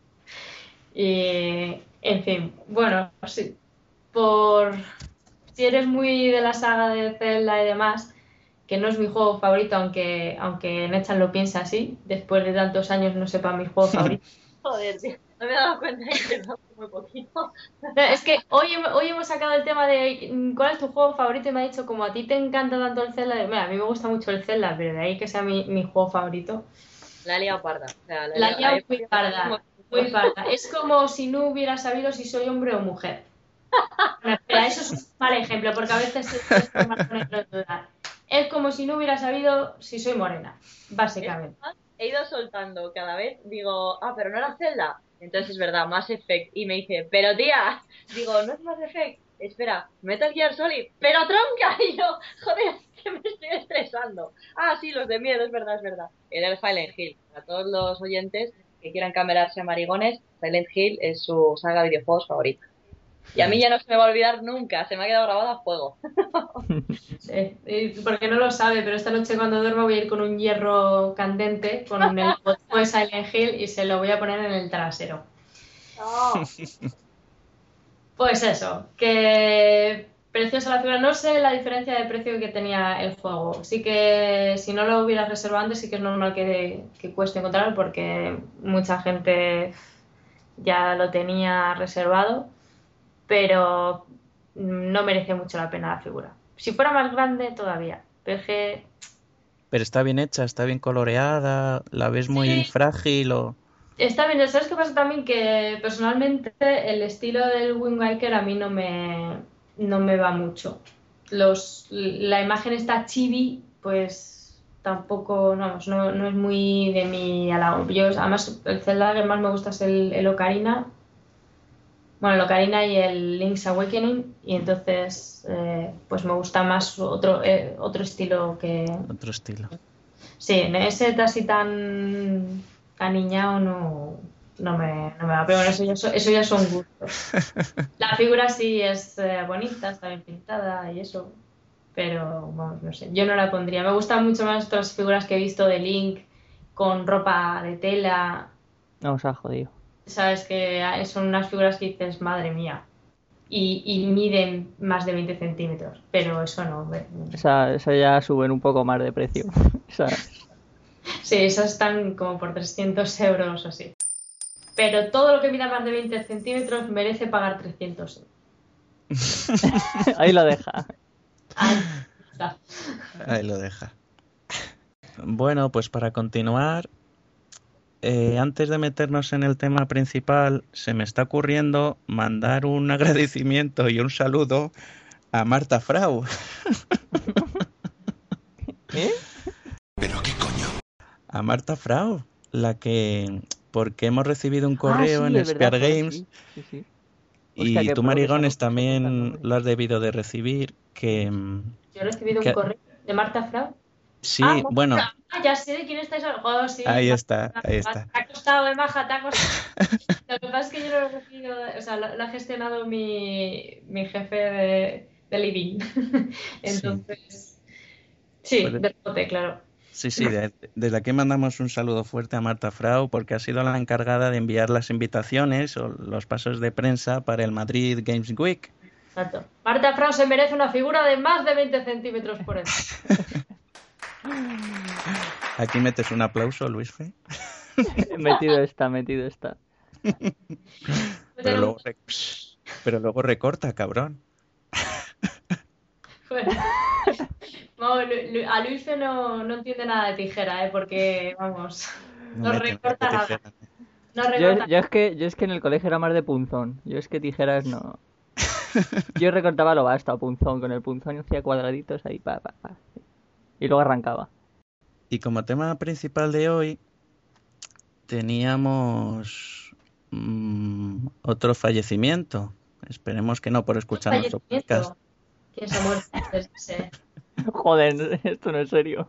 Speaker 2: Y, en fin, bueno, sí, por si eres muy de la saga de Zelda y demás, que no es mi juego favorito, aunque, aunque Nechan lo piensa así, después de tantos años no sepa mi juego favorito.
Speaker 3: Joder, tío. No me he dado cuenta de que no muy poquito.
Speaker 2: No, es que hoy, hem- hoy hemos sacado el tema de mm, cuál es tu juego favorito y me ha dicho, como a ti te encanta tanto el Zelda, y, mira, a mí me gusta mucho el Zelda, pero de ahí que sea mi, mi juego favorito.
Speaker 3: La he liado parda. O sea, la he
Speaker 2: La
Speaker 3: liado-
Speaker 2: liado
Speaker 3: la he-
Speaker 2: muy parda, muy parda. Es como si no hubiera sabido si soy hombre o mujer. No, espera, eso es un mal ejemplo, porque a veces se es forma ponerlo en duda. Es como si no hubiera sabido si soy morena, básicamente.
Speaker 3: He ido soltando cada vez, digo, ah, pero no era Zelda. Entonces es verdad, Mass Effect. Y me dice, pero tía, digo, no es Mass Effect. Espera, Metal Gear Solid, pero tronca. Y yo, joder, que me estoy estresando. Ah, sí, los de miedo, es verdad, es verdad. Era el Silent Hill. Para todos los oyentes que quieran cambiarse a marigones, Silent Hill es su saga de videojuegos favorita. Y a mí ya no se me va a olvidar nunca, se me ha quedado grabado a fuego.
Speaker 2: Sí, y porque no lo sabe, pero esta noche cuando duerma voy a ir con un hierro candente, con el botón de Silent Hill, y se lo voy a poner en el trasero.
Speaker 3: No.
Speaker 2: Pues eso, que preciosa la figura. No sé la diferencia de precio que tenía el juego. Sí que si no lo hubieras reservado antes, sí que es normal que, que cueste encontrarlo porque mucha gente ya lo tenía reservado, pero no merece mucho la pena la figura. Si fuera más grande todavía, pero es que
Speaker 1: Pero está bien hecha, está bien coloreada, la ves muy
Speaker 2: Sí.
Speaker 1: frágil o...
Speaker 2: está bien. ¿Sabes qué pasa también? Que personalmente el estilo del Wind Waker a mí no me, no me va mucho. Los, la imagen está chibi, pues tampoco, no, no, no es muy de mi halago. Yo, además, el Zelda que más me gusta es el, el Ocarina. Bueno, el Ocarina y el Link's Awakening, y entonces eh, pues me gusta más otro, eh, otro estilo que...
Speaker 1: otro estilo.
Speaker 2: Sí, ese así tan aniñado no, no, me, no me va, pero bueno, eso ya, so- eso ya son gustos. La figura sí es eh, bonita, está bien pintada y eso. pero vamos, no sé, yo no la pondría. Me gustan mucho más otras figuras que he visto de Link con ropa de tela,
Speaker 5: No os ha jodido.
Speaker 2: sabes que son unas figuras que dices, madre mía, y, y miden más de veinte centímetros, pero eso no.
Speaker 5: Esa, esa ya suben un poco más de precio. Esa...
Speaker 2: Sí, esas están como por trescientos euros o así. Pero todo lo que mida más de veinte centímetros merece pagar trescientos euros.
Speaker 5: Ahí lo deja.
Speaker 2: Ahí está.
Speaker 1: Ahí lo deja. Bueno, pues para continuar, eh, antes de meternos en el tema principal, se me está ocurriendo mandar un agradecimiento y un saludo a Marta Frau.
Speaker 5: ¿Eh?
Speaker 6: ¿Pero qué coño?
Speaker 1: A Marta Frau, la que... Porque hemos recibido un correo
Speaker 5: Ah, sí,
Speaker 1: en
Speaker 5: es verdad,
Speaker 1: Spear
Speaker 5: joder,
Speaker 1: Games
Speaker 5: sí, sí, sí.
Speaker 1: y
Speaker 5: Hostia, qué
Speaker 1: tú,
Speaker 5: pro que
Speaker 1: Marigones,
Speaker 5: se apunta el
Speaker 1: también
Speaker 5: nombre.
Speaker 1: lo has debido de recibir, que...
Speaker 2: Yo he recibido
Speaker 1: que
Speaker 2: un correo de Marta Frau.
Speaker 1: sí,
Speaker 2: Ah,
Speaker 1: bueno,
Speaker 2: ah, ya sé de quién estáis hablando. Oh, sí,
Speaker 1: ahí
Speaker 2: Maja,
Speaker 1: está, ahí
Speaker 2: Maja,
Speaker 1: está.
Speaker 2: te ha costado, eh, Maja, te ha costado. Lo que pasa es que yo no lo he recibido, o sea, lo, lo ha gestionado mi, mi jefe de, de living. Entonces, sí,
Speaker 1: Pues,
Speaker 2: de rebote, claro.
Speaker 1: sí, sí, de- desde aquí mandamos un saludo fuerte a Marta Frau porque ha sido la encargada de enviar las invitaciones o los pasos de prensa para el Madrid Games Week.
Speaker 2: Exacto. Marta Frau se merece una figura de más de veinte centímetros por encima.
Speaker 1: Aquí metes un aplauso, Luis Fe.
Speaker 5: Metido está, metido está.
Speaker 1: Pero luego, rec- pero luego recorta, cabrón.
Speaker 2: Bueno, no, Lu- Lu- a Luis no, no entiende nada de tijera, ¿eh? Porque, vamos,
Speaker 1: No
Speaker 2: no
Speaker 1: mete, no
Speaker 2: recorta
Speaker 1: mete
Speaker 2: nada.
Speaker 1: tijera.
Speaker 2: No
Speaker 5: Yo,
Speaker 2: recorta.
Speaker 5: yo es que, yo es que en el colegio era más de punzón. Yo es que tijeras no. Yo recortaba lo basta, a punzón. Con el punzón hacía cuadraditos ahí, pa, pa, pa. Y luego arrancaba.
Speaker 1: Y como tema principal de hoy, teníamos mm, otro fallecimiento. Esperemos que no por escuchar nuestro podcast.
Speaker 2: Fallecimiento. ¿Quién se ha muerto? Antes de ese?
Speaker 5: Joder, esto no es serio.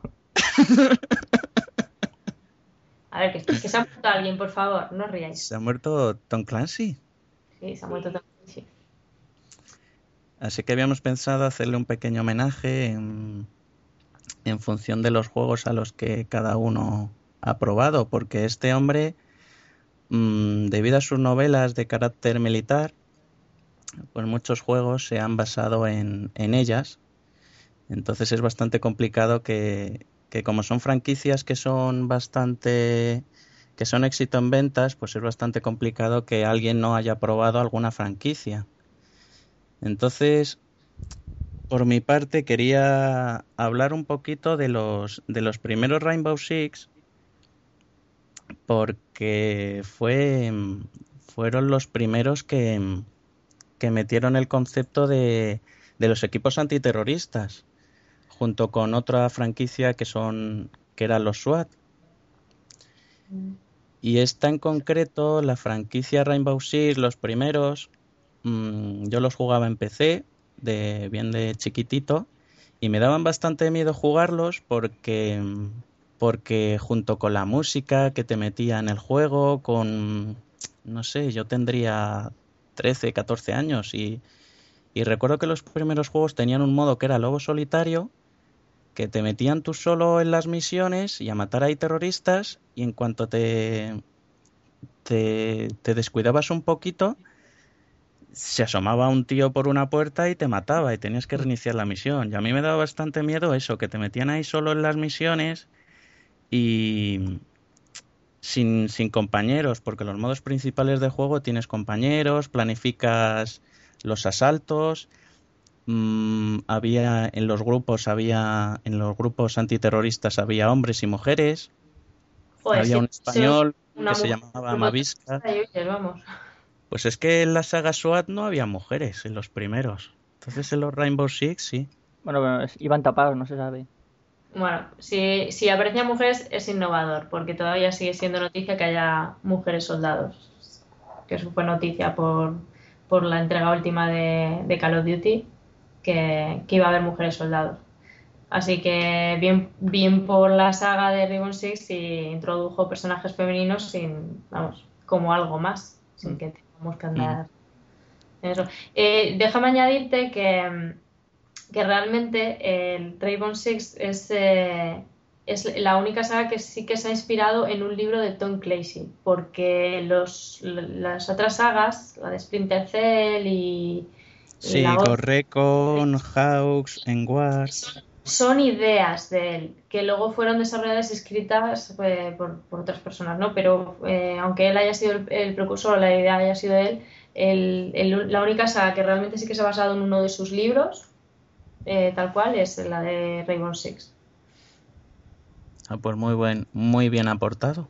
Speaker 2: A ver, que, que se ha muerto alguien, por favor, no os riáis.
Speaker 1: Se ha muerto Tom Clancy.
Speaker 2: Sí, se ha muerto también, sí.
Speaker 1: Así que habíamos pensado hacerle un pequeño homenaje en, en función de los juegos a los que cada uno ha probado, porque este hombre, mmm, debido a sus novelas de carácter militar, pues muchos juegos se han basado en, en ellas. Entonces es bastante complicado que, que como son franquicias que son bastante que son éxito en ventas, pues es bastante complicado que alguien no haya probado alguna franquicia. Entonces, por mi parte, quería hablar un poquito de los de los primeros Rainbow Six, porque fue fueron los primeros que, que metieron el concepto de, de los equipos antiterroristas, junto con otra franquicia que son que eran los SWAT. Y esta en concreto, la franquicia Rainbow Six, los primeros, mmm, yo los jugaba en P C, de bien de chiquitito, y me daban bastante miedo jugarlos porque porque junto con la música que te metía en el juego, con no sé, yo tendría trece, catorce años y, y recuerdo que los primeros juegos tenían un modo que era lobo solitario, que te metían tú solo en las misiones y a matar ahí terroristas, y en cuanto te, te, te descuidabas un poquito, se asomaba un tío por una puerta y te mataba y tenías que reiniciar la misión. Y a mí me daba bastante miedo eso, que te metían ahí solo en las misiones y sin, sin compañeros, porque los modos principales de juego tienes compañeros, planificas los asaltos. Mm, había en los grupos había en los grupos antiterroristas había hombres y mujeres.
Speaker 2: Joder,
Speaker 1: había
Speaker 2: sí,
Speaker 1: un
Speaker 2: sí,
Speaker 1: español
Speaker 2: una
Speaker 1: que se
Speaker 2: mujer,
Speaker 1: llamaba
Speaker 2: grupo
Speaker 1: Mavisca.
Speaker 2: de oyes, vamos.
Speaker 1: Pues es que en la saga SWAT no había mujeres en los primeros, entonces en los Rainbow Six sí.
Speaker 5: Bueno, bueno, es- iban tapados, no se sabe.
Speaker 2: Bueno, si, si aparecían mujeres es innovador, porque todavía sigue siendo noticia que haya mujeres soldados. Que eso fue noticia por, por la entrega última de, de Call of Duty, que, que iba a haber mujeres soldados. Así que bien, bien por la saga de Rainbow Six y introdujo personajes femeninos sin, vamos, como algo más, sin
Speaker 5: Mm.
Speaker 2: que tengamos que andar en eso. Eh, déjame añadirte que, que realmente el Rainbow Six es, eh, es la única saga que sí que se ha inspirado en un libro de Tom Clancy, porque los, las otras sagas, la de Splinter Cell y, y
Speaker 1: Sí,
Speaker 2: la otra,
Speaker 1: Ghost Recon, Hawks, en War.
Speaker 2: son, son ideas de él, que luego fueron desarrolladas y escritas eh, por, por otras personas, ¿no? Pero eh, aunque él haya sido el, el precursor, la idea haya sido él, el, el, la única saga que realmente sí que se ha basado en uno de sus libros, eh, tal cual, es la de Rainbow Six.
Speaker 1: Ah, pues muy buen, muy bien aportado.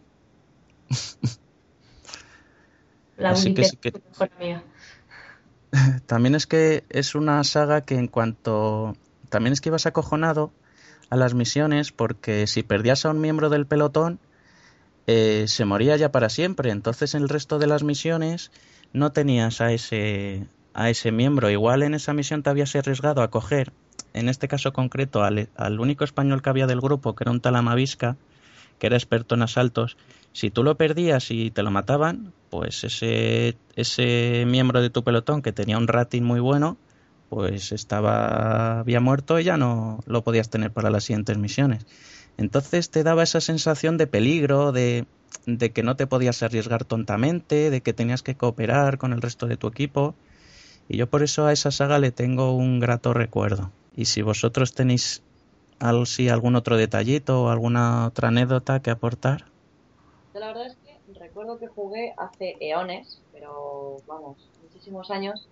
Speaker 2: La
Speaker 1: Así que sí que
Speaker 2: mejor amiga.
Speaker 1: también es que es una saga que en cuanto también es que ibas acojonado a las misiones porque si perdías a un miembro del pelotón eh, se moría ya para siempre. Entonces en el resto de las misiones no tenías a ese a ese miembro. Igual en esa misión te habías arriesgado a coger, en este caso concreto, al, al único español que había del grupo, que era un tal Amavisca, que era experto en asaltos. Si tú lo perdías y te lo mataban, pues ese, ese miembro de tu pelotón que tenía un rating muy bueno, pues estaba había muerto y ya no lo podías tener para las siguientes misiones. Entonces te daba esa sensación de peligro, de, de que no te podías arriesgar tontamente, de que tenías que cooperar con el resto de tu equipo. Y yo por eso a esa saga le tengo un grato recuerdo. Y si vosotros tenéis al, sí, algún otro detallito o alguna otra anécdota que aportar.
Speaker 3: Yo la verdad es que recuerdo que jugué hace eones, pero vamos, muchísimos años,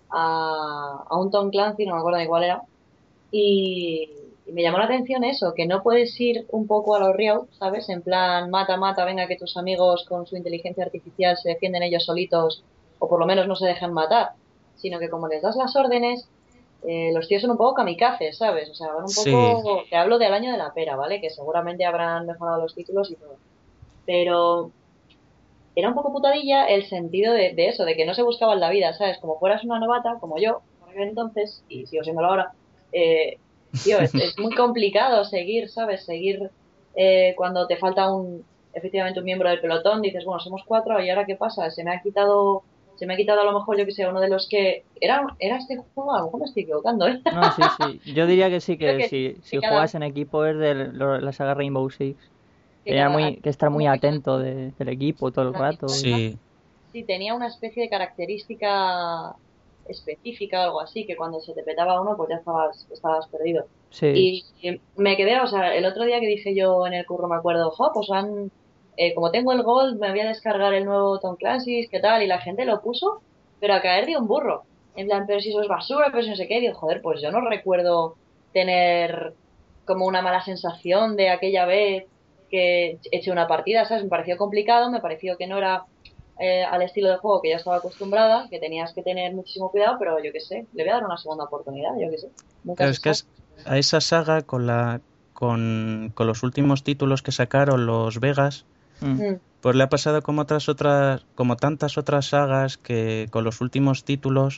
Speaker 3: a, a un Tom Clancy, no me acuerdo de cuál era, y, y me llamó la atención eso, que no puedes ir un poco a los Riau, ¿sabes? En plan, mata, mata, venga que tus amigos con su inteligencia artificial se defienden ellos solitos, o por lo menos no se dejan matar, sino que como les das las órdenes, eh, los tíos son un poco kamikazes, ¿sabes? O sea, van un
Speaker 1: Sí,
Speaker 3: poco, te hablo del año de la pera, ¿vale? Que seguramente habrán mejorado los títulos y todo. Pero era un poco putadilla el sentido de, de eso, de que no se buscaban la vida, ¿sabes? Como fueras una novata, como yo, por aquel entonces, y sigo siéndolo ahora, eh, tío, es, es muy complicado seguir, ¿sabes? Seguir eh, cuando te falta un, efectivamente un miembro del pelotón, dices, bueno, somos cuatro, ¿y ahora qué pasa? Se me ha quitado, se me ha quitado a lo mejor, yo que sé, uno de los que... Era, era este juego, a lo mejor me estoy equivocando, ¿eh?
Speaker 5: No, sí, sí. Yo diría que sí,
Speaker 3: Creo
Speaker 5: que
Speaker 3: que,
Speaker 5: si, si
Speaker 3: que cada...
Speaker 5: juegas en equipo es de lo- la saga Rainbow Six.
Speaker 3: Que
Speaker 5: Tenía
Speaker 3: cada
Speaker 5: muy, que estar muy
Speaker 3: como que
Speaker 5: atento de- del equipo todo el
Speaker 3: cada
Speaker 5: rato. Y...
Speaker 1: sí,
Speaker 3: sí, tenía una especie de característica específica o algo así, que cuando se te petaba uno, pues ya estabas, estabas perdido.
Speaker 5: Sí,
Speaker 3: Y, y me quedé, o sea, el otro día que dije yo en el curro, me acuerdo, jo, pues han, eh, como tengo el Gold, me voy a descargar el nuevo Tom Clancy's, ¿qué tal? Y la gente lo puso, pero a caer de un burro. En plan, pero si eso es basura, pero si no sé qué. Y digo, joder, pues yo no recuerdo tener como una mala sensación de aquella vez que eché una partida, ¿sabes? Me pareció complicado, me pareció que no era eh, al estilo de juego que yo estaba acostumbrada, que tenías que tener muchísimo cuidado, pero yo qué sé, le voy a dar una segunda oportunidad, yo qué sé, nunca
Speaker 1: claro,
Speaker 3: se
Speaker 1: es que
Speaker 3: sabe.
Speaker 1: es- a esa saga con la con, con los últimos títulos que sacaron los Vegas,
Speaker 5: mm,
Speaker 3: Mm,
Speaker 1: pues le ha pasado como otras otras como tantas otras sagas que con los últimos títulos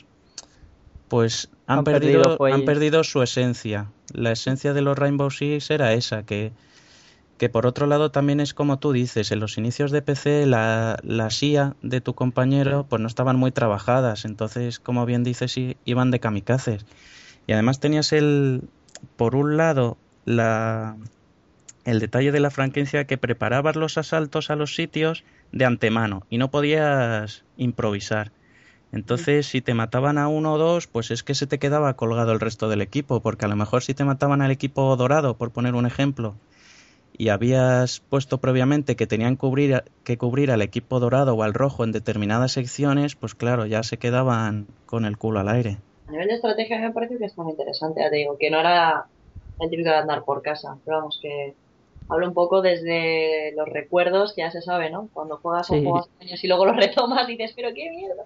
Speaker 1: pues han
Speaker 5: han perdido
Speaker 1: perdido han
Speaker 5: fuelle.
Speaker 1: perdido su esencia. La esencia de los Rainbow Six era esa, que que por otro lado también es como tú dices, en los inicios de P C la, las I A de tu compañero pues no estaban muy trabajadas, entonces como bien dices i- iban de kamikazes. Y además tenías el, por un lado, la, el detalle de la franquicia que preparabas los asaltos a los sitios de antemano y no podías improvisar. Entonces, si te mataban a uno o dos, pues es que se te quedaba colgado el resto del equipo, porque a lo mejor si te mataban al equipo dorado, por poner un ejemplo, y habías puesto previamente que tenían cubrir, que cubrir al equipo dorado o al rojo en determinadas secciones, pues claro, ya se quedaban con el culo al aire.
Speaker 3: A nivel de estrategia me parece que es muy interesante, ya te digo, que no era el típico de andar por casa, pero vamos, que hablo un poco desde los recuerdos, que ya se sabe, ¿no? Cuando juegas a un juego
Speaker 5: Sí,
Speaker 3: hace años y luego lo retomas y dices, pero qué mierda.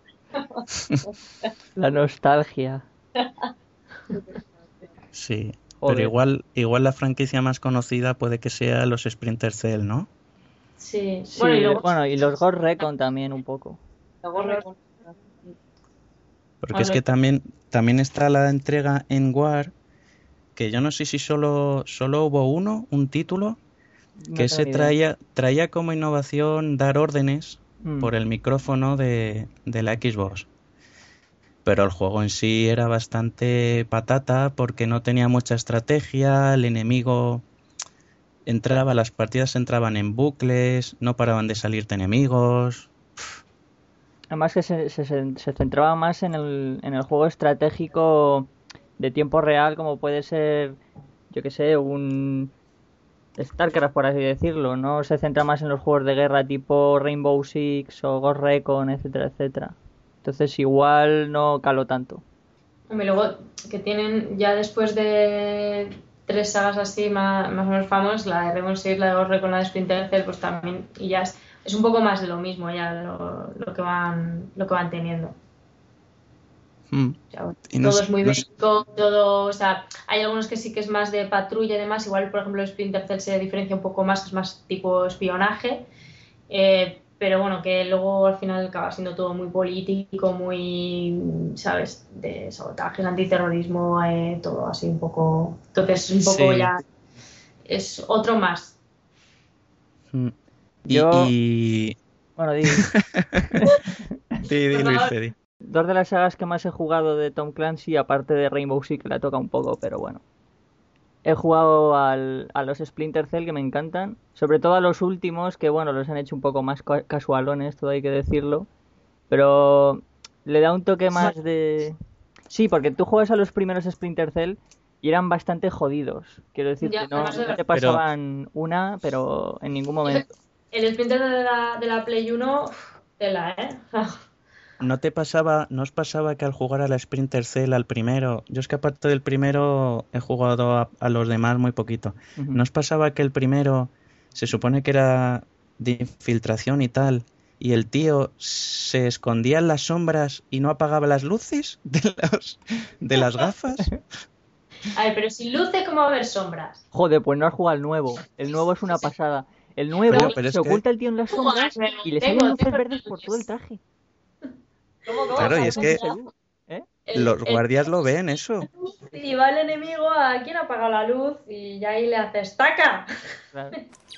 Speaker 5: la nostalgia.
Speaker 1: Sí, pero
Speaker 5: Joder.
Speaker 1: igual, igual la franquicia más conocida puede que sea los Splinter Cell, ¿no?
Speaker 2: Sí, bueno, y
Speaker 5: Sí,
Speaker 2: luego,
Speaker 5: bueno, y los Ghost Recon también un poco.
Speaker 3: Luego recon-
Speaker 1: Porque es
Speaker 2: hablo-
Speaker 1: que también, también está la entrega en War, que yo no sé si solo, solo hubo uno, un título,
Speaker 5: No
Speaker 1: que
Speaker 5: tengo
Speaker 1: se
Speaker 5: ni idea.
Speaker 1: traía, traía como innovación dar órdenes
Speaker 5: Mm,
Speaker 1: por el micrófono de, de la Xbox. pero el juego en sí era bastante patata porque no tenía mucha estrategia, el enemigo entraba, las partidas entraban en bucles, no paraban de salirte enemigos.
Speaker 5: Además que se, se, se centraba más en el, en el juego estratégico de tiempo real, como puede ser, yo que sé, un StarCraft, por así decirlo. No se centra más en los juegos de guerra tipo Rainbow Six o Ghost Recon, etcétera, etcétera. Entonces igual no caló tanto.
Speaker 2: Y luego que tienen ya después de tres sagas así más, más o menos famosas, la de Rainbow Six, la de Ghost Recon, la de Splinter Cell, pues también, y ya es, es un poco más de lo mismo ya lo, lo que van lo que van teniendo.
Speaker 1: Mm.
Speaker 2: O sea,
Speaker 1: no
Speaker 2: todo
Speaker 1: sé,
Speaker 2: es muy
Speaker 1: no sé.
Speaker 2: bélico, todo, o sea, hay algunos que sí que es más de patrulla y demás, igual por ejemplo Splinter Cell se diferencia un poco más, es más tipo espionaje, eh, pero bueno, que luego al final acaba siendo todo muy político, muy, ¿sabes? De sabotajes, antiterrorismo, eh, todo así un poco, entonces un poco
Speaker 1: Sí.
Speaker 2: ya es otro más.
Speaker 1: Mm. Y,
Speaker 5: Yo,
Speaker 1: y...
Speaker 5: bueno, di,
Speaker 1: Di, di,
Speaker 2: Por
Speaker 1: Luis
Speaker 2: favor.
Speaker 1: Fedi.
Speaker 5: dos de las sagas que más he jugado de Tom Clancy, aparte de Rainbow Six, que la toca un poco, pero bueno. He jugado al, a los Splinter Cell, que me encantan, sobre todo a los últimos, que bueno, los han hecho un poco más ca- casualones, todo hay que decirlo, pero le da un toque más de... Sí, porque tú juegas a los primeros Splinter Cell y eran bastante jodidos, quiero decirte,
Speaker 2: Ya,
Speaker 5: no,
Speaker 2: además de
Speaker 5: no te
Speaker 2: verdad.
Speaker 1: Pero
Speaker 5: pasaban una, pero en ningún momento.
Speaker 2: El Splinter de la, de la Play uno, uf, tela, ¿eh?
Speaker 1: ¿no te pasaba, no os pasaba que al jugar a la Splinter Cell al primero, yo es que aparte del primero he jugado a, a los demás muy poquito,
Speaker 5: Ujú.
Speaker 1: ¿no os pasaba que el primero se supone que era de infiltración y tal, y el tío se escondía en las sombras y no apagaba las luces de, los, de las gafas?
Speaker 2: A ver, pero si luce, ¿cómo va a haber sombras?
Speaker 5: Joder, pues no has jugado al nuevo. El nuevo es una pasada. El nuevo
Speaker 1: Coño, pero es
Speaker 5: se
Speaker 1: que,
Speaker 5: oculta el tío en las sombras y le salen
Speaker 2: Tengo,
Speaker 5: luces
Speaker 2: tengo
Speaker 5: verdes por todo el traje.
Speaker 3: ¿Cómo, cómo?
Speaker 1: claro, y
Speaker 3: ¿Cómo?
Speaker 1: es que
Speaker 5: Ese bug, ¿eh?
Speaker 2: el,
Speaker 1: los
Speaker 2: el-
Speaker 1: guardias lo ven eso.
Speaker 2: y va el enemigo a quien apaga la luz y ya ahí le haces ¡taca!
Speaker 5: Claro.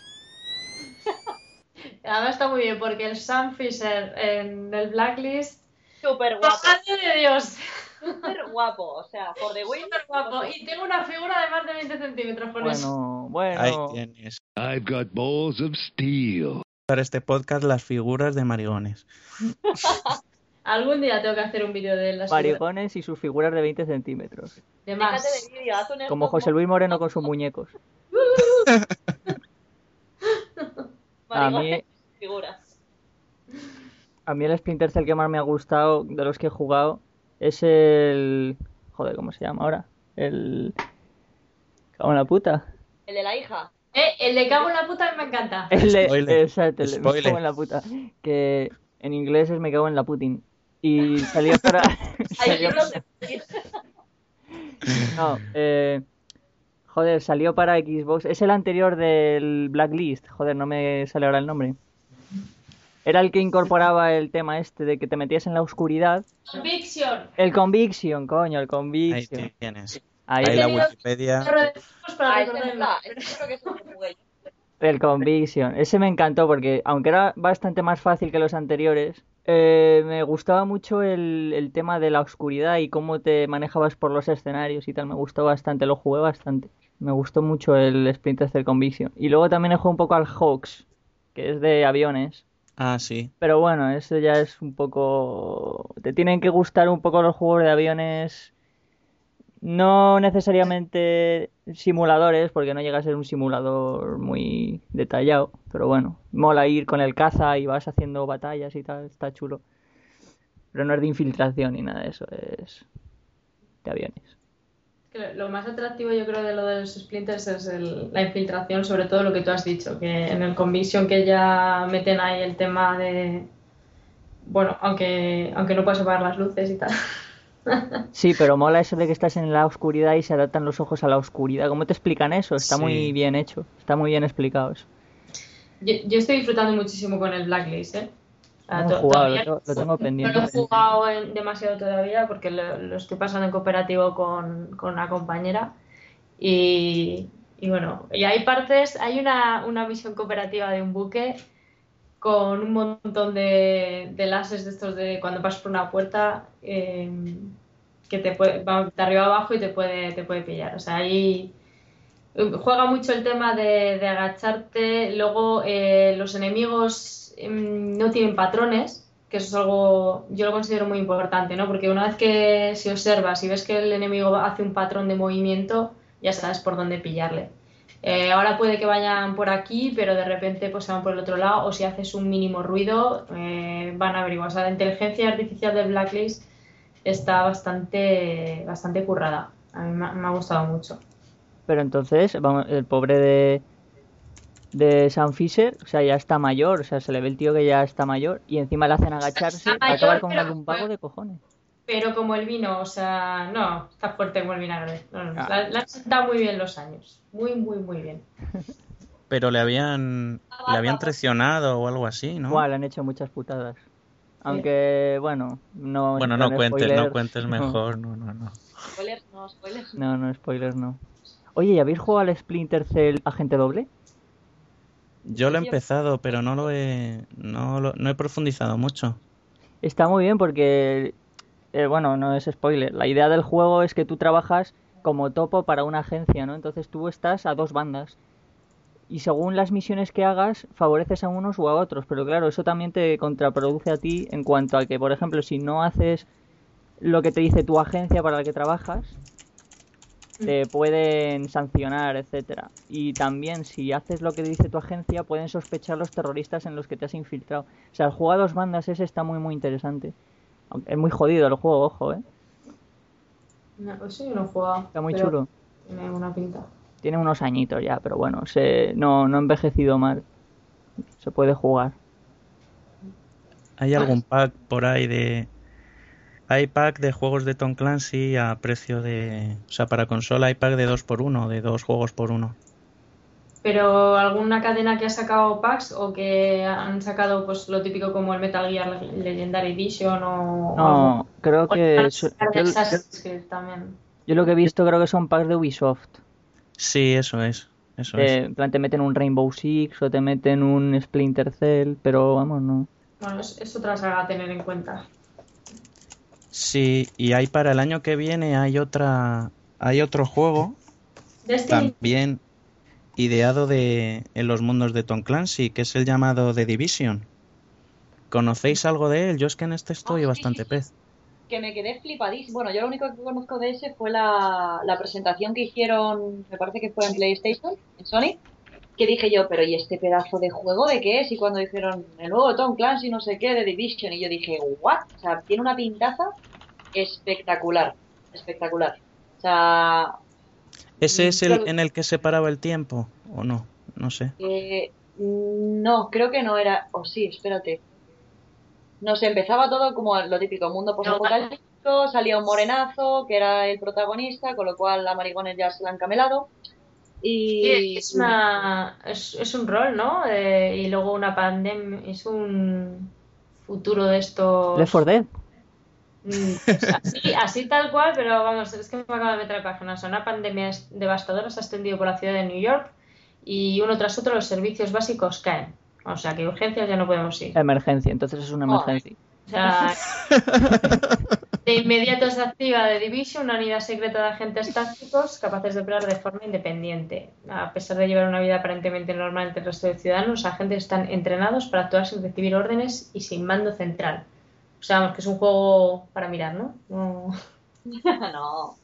Speaker 2: Además está muy bien porque el Sam Fisher en el Blacklist,
Speaker 3: Súper guapo.
Speaker 2: ¡madre de Dios!
Speaker 3: Súper guapo. O sea, por The Win.
Speaker 2: Súper guapo. Y tengo una figura de más de veinte centímetros con eso.
Speaker 5: Bueno,
Speaker 1: Ahí
Speaker 5: bueno.
Speaker 1: tienes.
Speaker 6: I've got balls of steel.
Speaker 1: Para este podcast las figuras de marigones.
Speaker 2: Algún día tengo que hacer un vídeo de las figuras
Speaker 5: Maricones y sus figuras de veinte centímetros.
Speaker 2: de más.
Speaker 3: Déjate de vídeo, haz un
Speaker 5: Como
Speaker 3: stop
Speaker 5: José Luis
Speaker 3: motion.
Speaker 5: Moreno con sus muñecos. A
Speaker 3: Marigones,
Speaker 5: mí,
Speaker 3: figuras.
Speaker 5: a mí el Splinter Cell que más me ha gustado de los que he jugado es el... Joder, ¿cómo se llama ahora? El... Cago en la puta.
Speaker 3: El de la hija.
Speaker 2: Eh, el de cago en la puta me encanta.
Speaker 5: El de...
Speaker 1: Spoiler.
Speaker 5: Exacto, el de me
Speaker 1: Spoiler.
Speaker 5: cago en la puta. Que en inglés es me cago en la Putin. Y salió para...
Speaker 3: Hay
Speaker 5: salió-
Speaker 3: libros de...
Speaker 5: No, eh... Joder, salió para Xbox. Es el anterior del Blacklist. Joder, no me sale ahora el nombre. Era el que incorporaba el tema este de que te metías en la oscuridad.
Speaker 2: Conviction.
Speaker 5: El Conviction, coño, el
Speaker 1: Ahí
Speaker 5: Conviction.
Speaker 1: tienes.
Speaker 5: Ahí,
Speaker 1: Ahí la
Speaker 2: tenido-
Speaker 1: Wikipedia.
Speaker 2: Corro de tiempos para
Speaker 3: Ah, ese
Speaker 2: recordar
Speaker 3: es
Speaker 2: el
Speaker 3: verdad.
Speaker 2: nombre.
Speaker 3: Ese creo que es un que jugué yo.
Speaker 5: el Conviction. Ese me encantó porque, aunque era bastante más fácil que los anteriores, eh, me gustaba mucho el, el tema de la oscuridad y cómo te manejabas por los escenarios y tal. Me gustó bastante, lo jugué bastante. Me gustó mucho el Splinter Cell Conviction. Y luego también he jugado un poco al Hawks, que es de aviones.
Speaker 1: Ah, sí.
Speaker 5: Pero bueno, eso ya es un poco... Te tienen que gustar un poco los juegos de aviones. No necesariamente simuladores, porque no llega a ser un simulador muy detallado. Pero bueno, mola ir con el caza y vas haciendo batallas y tal, está chulo. Pero no es de infiltración ni nada de eso, es de aviones.
Speaker 2: Que Lo lo más atractivo yo creo de lo de los Splinters es el- la infiltración, sobre todo lo que tú has dicho, que en el Conviction que ya meten ahí el tema de... Bueno, aunque, aunque no puedas apagar las luces y tal.
Speaker 5: Sí, pero mola eso de que estás en la oscuridad y se adaptan los ojos a la oscuridad. ¿Cómo te explican eso? Está
Speaker 1: Sí.
Speaker 5: muy bien hecho, está muy bien explicado eso.
Speaker 2: Yo, yo estoy disfrutando muchísimo con el Blacklist, ¿eh? O sea,
Speaker 5: No he
Speaker 2: to-
Speaker 5: jugado,
Speaker 2: todavía
Speaker 5: lo tengo- lo tengo
Speaker 2: no
Speaker 5: pendiente.
Speaker 2: lo he jugado en- demasiado todavía porque lo, lo estoy pasando en cooperativo con, con una compañera y, y bueno, y hay partes, hay una, una misión cooperativa de un buque con un montón de, de láseres de estos de cuando pasas por una puerta eh, que te puede, va de arriba abajo y te puede, te puede pillar. O sea, ahí juega mucho el tema de, de agacharte. Luego eh, los enemigos eh, no tienen patrones, que eso es algo, yo lo considero muy importante, ¿no? Porque una vez que si observas y ves que el enemigo hace un patrón de movimiento, ya sabes por dónde pillarle. Eh, ahora puede que vayan por aquí, pero de repente pues se van por el otro lado, o si haces un mínimo ruido, eh, van a averiguar. O sea, la inteligencia artificial de Blacklist está bastante, bastante currada. A mí me, me ha gustado mucho.
Speaker 5: Pero entonces, vamos, el pobre de, de Sam Fisher, o sea, ya está mayor, o sea, se le ve el tío que ya está mayor y encima le hacen agacharse,
Speaker 2: Está
Speaker 5: va a acabar
Speaker 2: mayor,
Speaker 5: con un
Speaker 2: pero-
Speaker 5: lumbago de cojones.
Speaker 2: Pero como el vino, o sea, no, está fuerte como el vinagre. No, no,
Speaker 5: Ah.
Speaker 2: la- Le han sentado muy bien los años. Muy, muy, muy bien.
Speaker 1: Pero le habían, le habían traicionado o algo así, ¿no?
Speaker 5: Buah, le han hecho muchas putadas. Aunque, bueno, no
Speaker 1: Bueno,
Speaker 5: entrar
Speaker 1: no
Speaker 5: en
Speaker 1: cuentes, no
Speaker 5: spoilers.
Speaker 1: cuentes
Speaker 5: No.
Speaker 1: mejor, no, no, no.
Speaker 3: Spoilers, no, spoilers.
Speaker 5: No, no, spoilers no. Oye, ¿y habéis jugado al Splinter Cell Agente Doble?
Speaker 1: Yo lo he
Speaker 3: Sí, yo-
Speaker 1: empezado, pero no lo he, no lo- no he profundizado mucho.
Speaker 5: Está muy bien porque, eh, bueno, no es spoiler. La idea del juego es que tú trabajas como topo para una agencia, ¿no? Entonces tú estás a dos bandas. Y según las misiones que hagas, favoreces a unos o a otros. Pero claro, eso también te contraproduce a ti en cuanto a que, por ejemplo, si no haces lo que te dice tu agencia para la que trabajas, te pueden sancionar, etcétera. Y también si haces lo que dice tu agencia, pueden sospechar los terroristas en los que te has infiltrado. O sea, el juego a dos bandas ese está muy muy interesante. Aunque es muy jodido el juego, ojo, ¿eh?
Speaker 2: No, pues sí, no he jugado.
Speaker 5: Está muy
Speaker 2: pero
Speaker 5: chulo.
Speaker 2: Tiene una pinta.
Speaker 5: Tiene unos añitos ya, pero bueno, se, no, no ha envejecido mal. Se puede jugar.
Speaker 1: ¿Hay algún pack por ahí de... Hay pack de juegos de Tom Clancy a precio de... O sea, para consola hay pack de dos por uno, de dos juegos por uno.
Speaker 2: Pero alguna cadena que ha sacado packs o que han sacado pues lo típico como el Metal Gear Legendary Edition o, o algo.
Speaker 5: No, creo
Speaker 2: O
Speaker 5: que...
Speaker 2: el
Speaker 5: su-
Speaker 2: de
Speaker 5: Yo,
Speaker 2: Assassin's Creed también.
Speaker 5: yo lo que he visto creo que son packs de Ubisoft.
Speaker 1: Sí, eso es, eso
Speaker 5: Eh,
Speaker 1: es.
Speaker 5: en plan, te meten un Rainbow Six o te meten un Splinter Cell, pero vamos, no.
Speaker 2: Bueno, es, es otra saga a tener en cuenta.
Speaker 1: Sí, y hay para el año que viene hay otra... Hay otro juego
Speaker 2: Destiny.
Speaker 1: también ideado de en los mundos de Tom Clancy, que es el llamado The Division. ¿Conocéis algo de él? Yo es que en este estoy
Speaker 3: Ah, sí,
Speaker 1: bastante
Speaker 3: sí, sí.
Speaker 1: pez.
Speaker 3: Que me quedé flipadísimo. Bueno, yo lo único que conozco de ese fue la, la presentación que hicieron, me parece que fue en PlayStation, en Sony, que dije yo, pero ¿y este pedazo de juego de qué es? Y cuando dijeron el nuevo Tom Clancy no sé qué de Division, y yo dije, ¿what? O sea, tiene una pintaza espectacular, espectacular. O sea,
Speaker 1: ¿Ese es el
Speaker 3: yo-
Speaker 1: en el que se paraba el tiempo? ¿O no? No sé.
Speaker 3: eh, no, creo que no era, o sí, espérate. No sé, empezaba todo como lo típico, mundo posapocalíptico, salía un morenazo que era el protagonista, con lo cual la marihuana ya se la han camelado. Y
Speaker 2: Es, una, es, es un rol, ¿no? Eh, y luego una pandemia, es un futuro de estos...
Speaker 5: Left four Dead.
Speaker 2: Mm, así, así tal cual, pero vamos, es que me acabo de meter la página. O sea, una pandemia es- devastadora se ha extendido por la ciudad de New York y uno tras otro los servicios básicos caen. O sea, que urgencias ya no podemos ir.
Speaker 5: Emergencia, entonces es una emergencia.
Speaker 2: O sea, de inmediato se activa The Division, una unidad secreta de agentes tácticos capaces de operar de forma independiente. A pesar de llevar una vida aparentemente normal entre el resto de ciudadanos, los agentes están entrenados para actuar sin recibir órdenes y sin mando central. O sea, vamos, que es un juego para mirar, ¿no? No.
Speaker 3: no.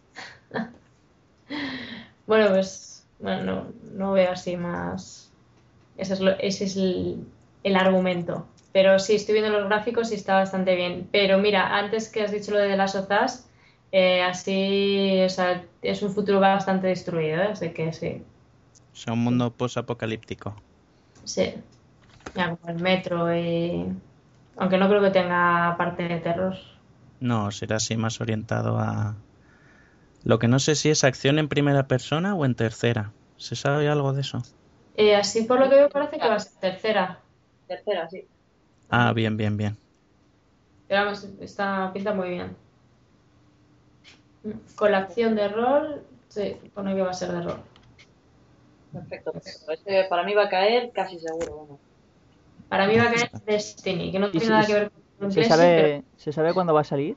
Speaker 2: Bueno, pues bueno, no, no veo así más. Ese es, lo- ese es el, el argumento. Pero sí, estoy viendo los gráficos y está bastante bien. Pero mira, antes que has dicho lo de las Us, eh, así, o sea, es un futuro bastante destruido, ¿eh? Así que sí,
Speaker 1: O sea, un mundo post-apocalíptico.
Speaker 2: sí. Ya, como el metro y... Aunque no creo que tenga parte de terror.
Speaker 1: No, será así más orientado a... Lo que no sé si es acción en primera persona o en tercera. ¿Se sabe algo de eso?
Speaker 2: Eh, así por lo que veo parece que va a ser tercera.
Speaker 3: Tercera, sí.
Speaker 1: Ah, bien, bien, bien.
Speaker 2: Pero vamos, esta pinta muy bien. Con la acción de rol, sí, pone que va a ser de rol.
Speaker 3: Perfecto, perfecto. Este para mí va a caer casi seguro. Bueno.
Speaker 2: Para mí va a caer Destiny, que no
Speaker 5: ¿Y
Speaker 2: tiene
Speaker 5: se,
Speaker 2: nada que ver con
Speaker 5: se
Speaker 2: Clancy, pero
Speaker 5: sabe, ¿se sabe cuándo va a salir?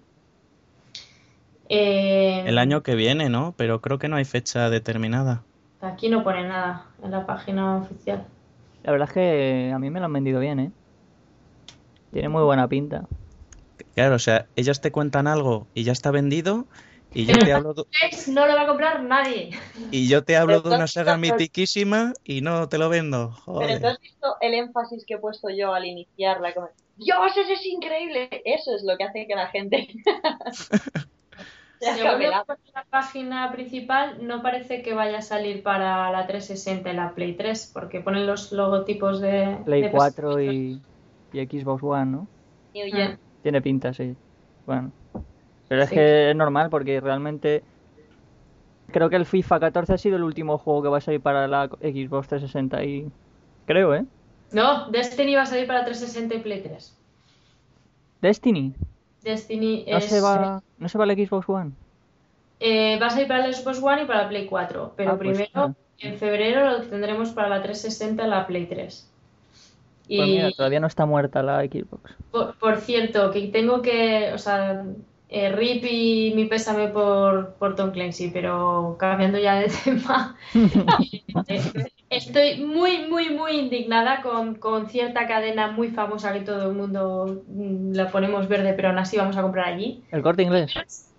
Speaker 2: eh,
Speaker 1: El año que viene, ¿no? Pero creo que no hay fecha determinada.
Speaker 2: aquí no pone nada en la página oficial.
Speaker 5: La verdad es que a mí me lo han vendido bien, ¿eh? Tiene muy buena pinta.
Speaker 1: Claro, o sea, ellas te cuentan algo y ya está vendido y yo
Speaker 2: Pero
Speaker 1: te hablo de,
Speaker 2: Netflix no lo va a comprar nadie.
Speaker 1: y yo te hablo de una
Speaker 3: Entonces,
Speaker 1: saga mitiquísima y no te lo vendo.
Speaker 3: Pero
Speaker 1: Joder.
Speaker 3: entonces, ¿has visto el énfasis que he puesto yo al iniciarla? Como, ¡Dios, ese es increíble! Eso es lo que hace que la gente se
Speaker 2: Según
Speaker 3: acabe
Speaker 2: lo
Speaker 3: la...
Speaker 2: que pone en la página principal, no parece que vaya a salir para la trescientos sesenta y la Play tres, porque ponen los logotipos de,
Speaker 5: Play
Speaker 2: de
Speaker 5: cuatro y, y Xbox One, ¿no?
Speaker 3: New
Speaker 2: Mm,
Speaker 3: Gen.
Speaker 5: Tiene pinta, sí. Bueno. Pero es
Speaker 2: sí.
Speaker 5: que es normal porque realmente creo que el FIFA catorce ha sido el último juego que va a salir para la Xbox trescientos sesenta y... Creo, ¿eh?
Speaker 2: No, Destiny va a salir para trescientos sesenta y Play tres.
Speaker 5: Destiny.
Speaker 2: Destiny
Speaker 5: ¿No se
Speaker 2: es,
Speaker 5: va, no se va la Xbox One?
Speaker 2: eh, va a salir para el Xbox One y para la Play cuatro, pero
Speaker 5: Ah, pues
Speaker 2: primero,
Speaker 5: mira.
Speaker 2: en febrero, lo tendremos para la trescientos sesenta y la Play tres.
Speaker 5: Pues mira,
Speaker 2: Y
Speaker 5: todavía no está muerta la Xbox.
Speaker 2: por, por cierto, que tengo que, o sea, eh, R I P y mi pésame por, por Tom Clancy, pero cambiando ya de tema, eh, estoy muy, muy, muy indignada con, con cierta cadena muy famosa que todo el mundo mm, la ponemos verde, pero aún así vamos a comprar allí.
Speaker 5: ¿El Corte Inglés?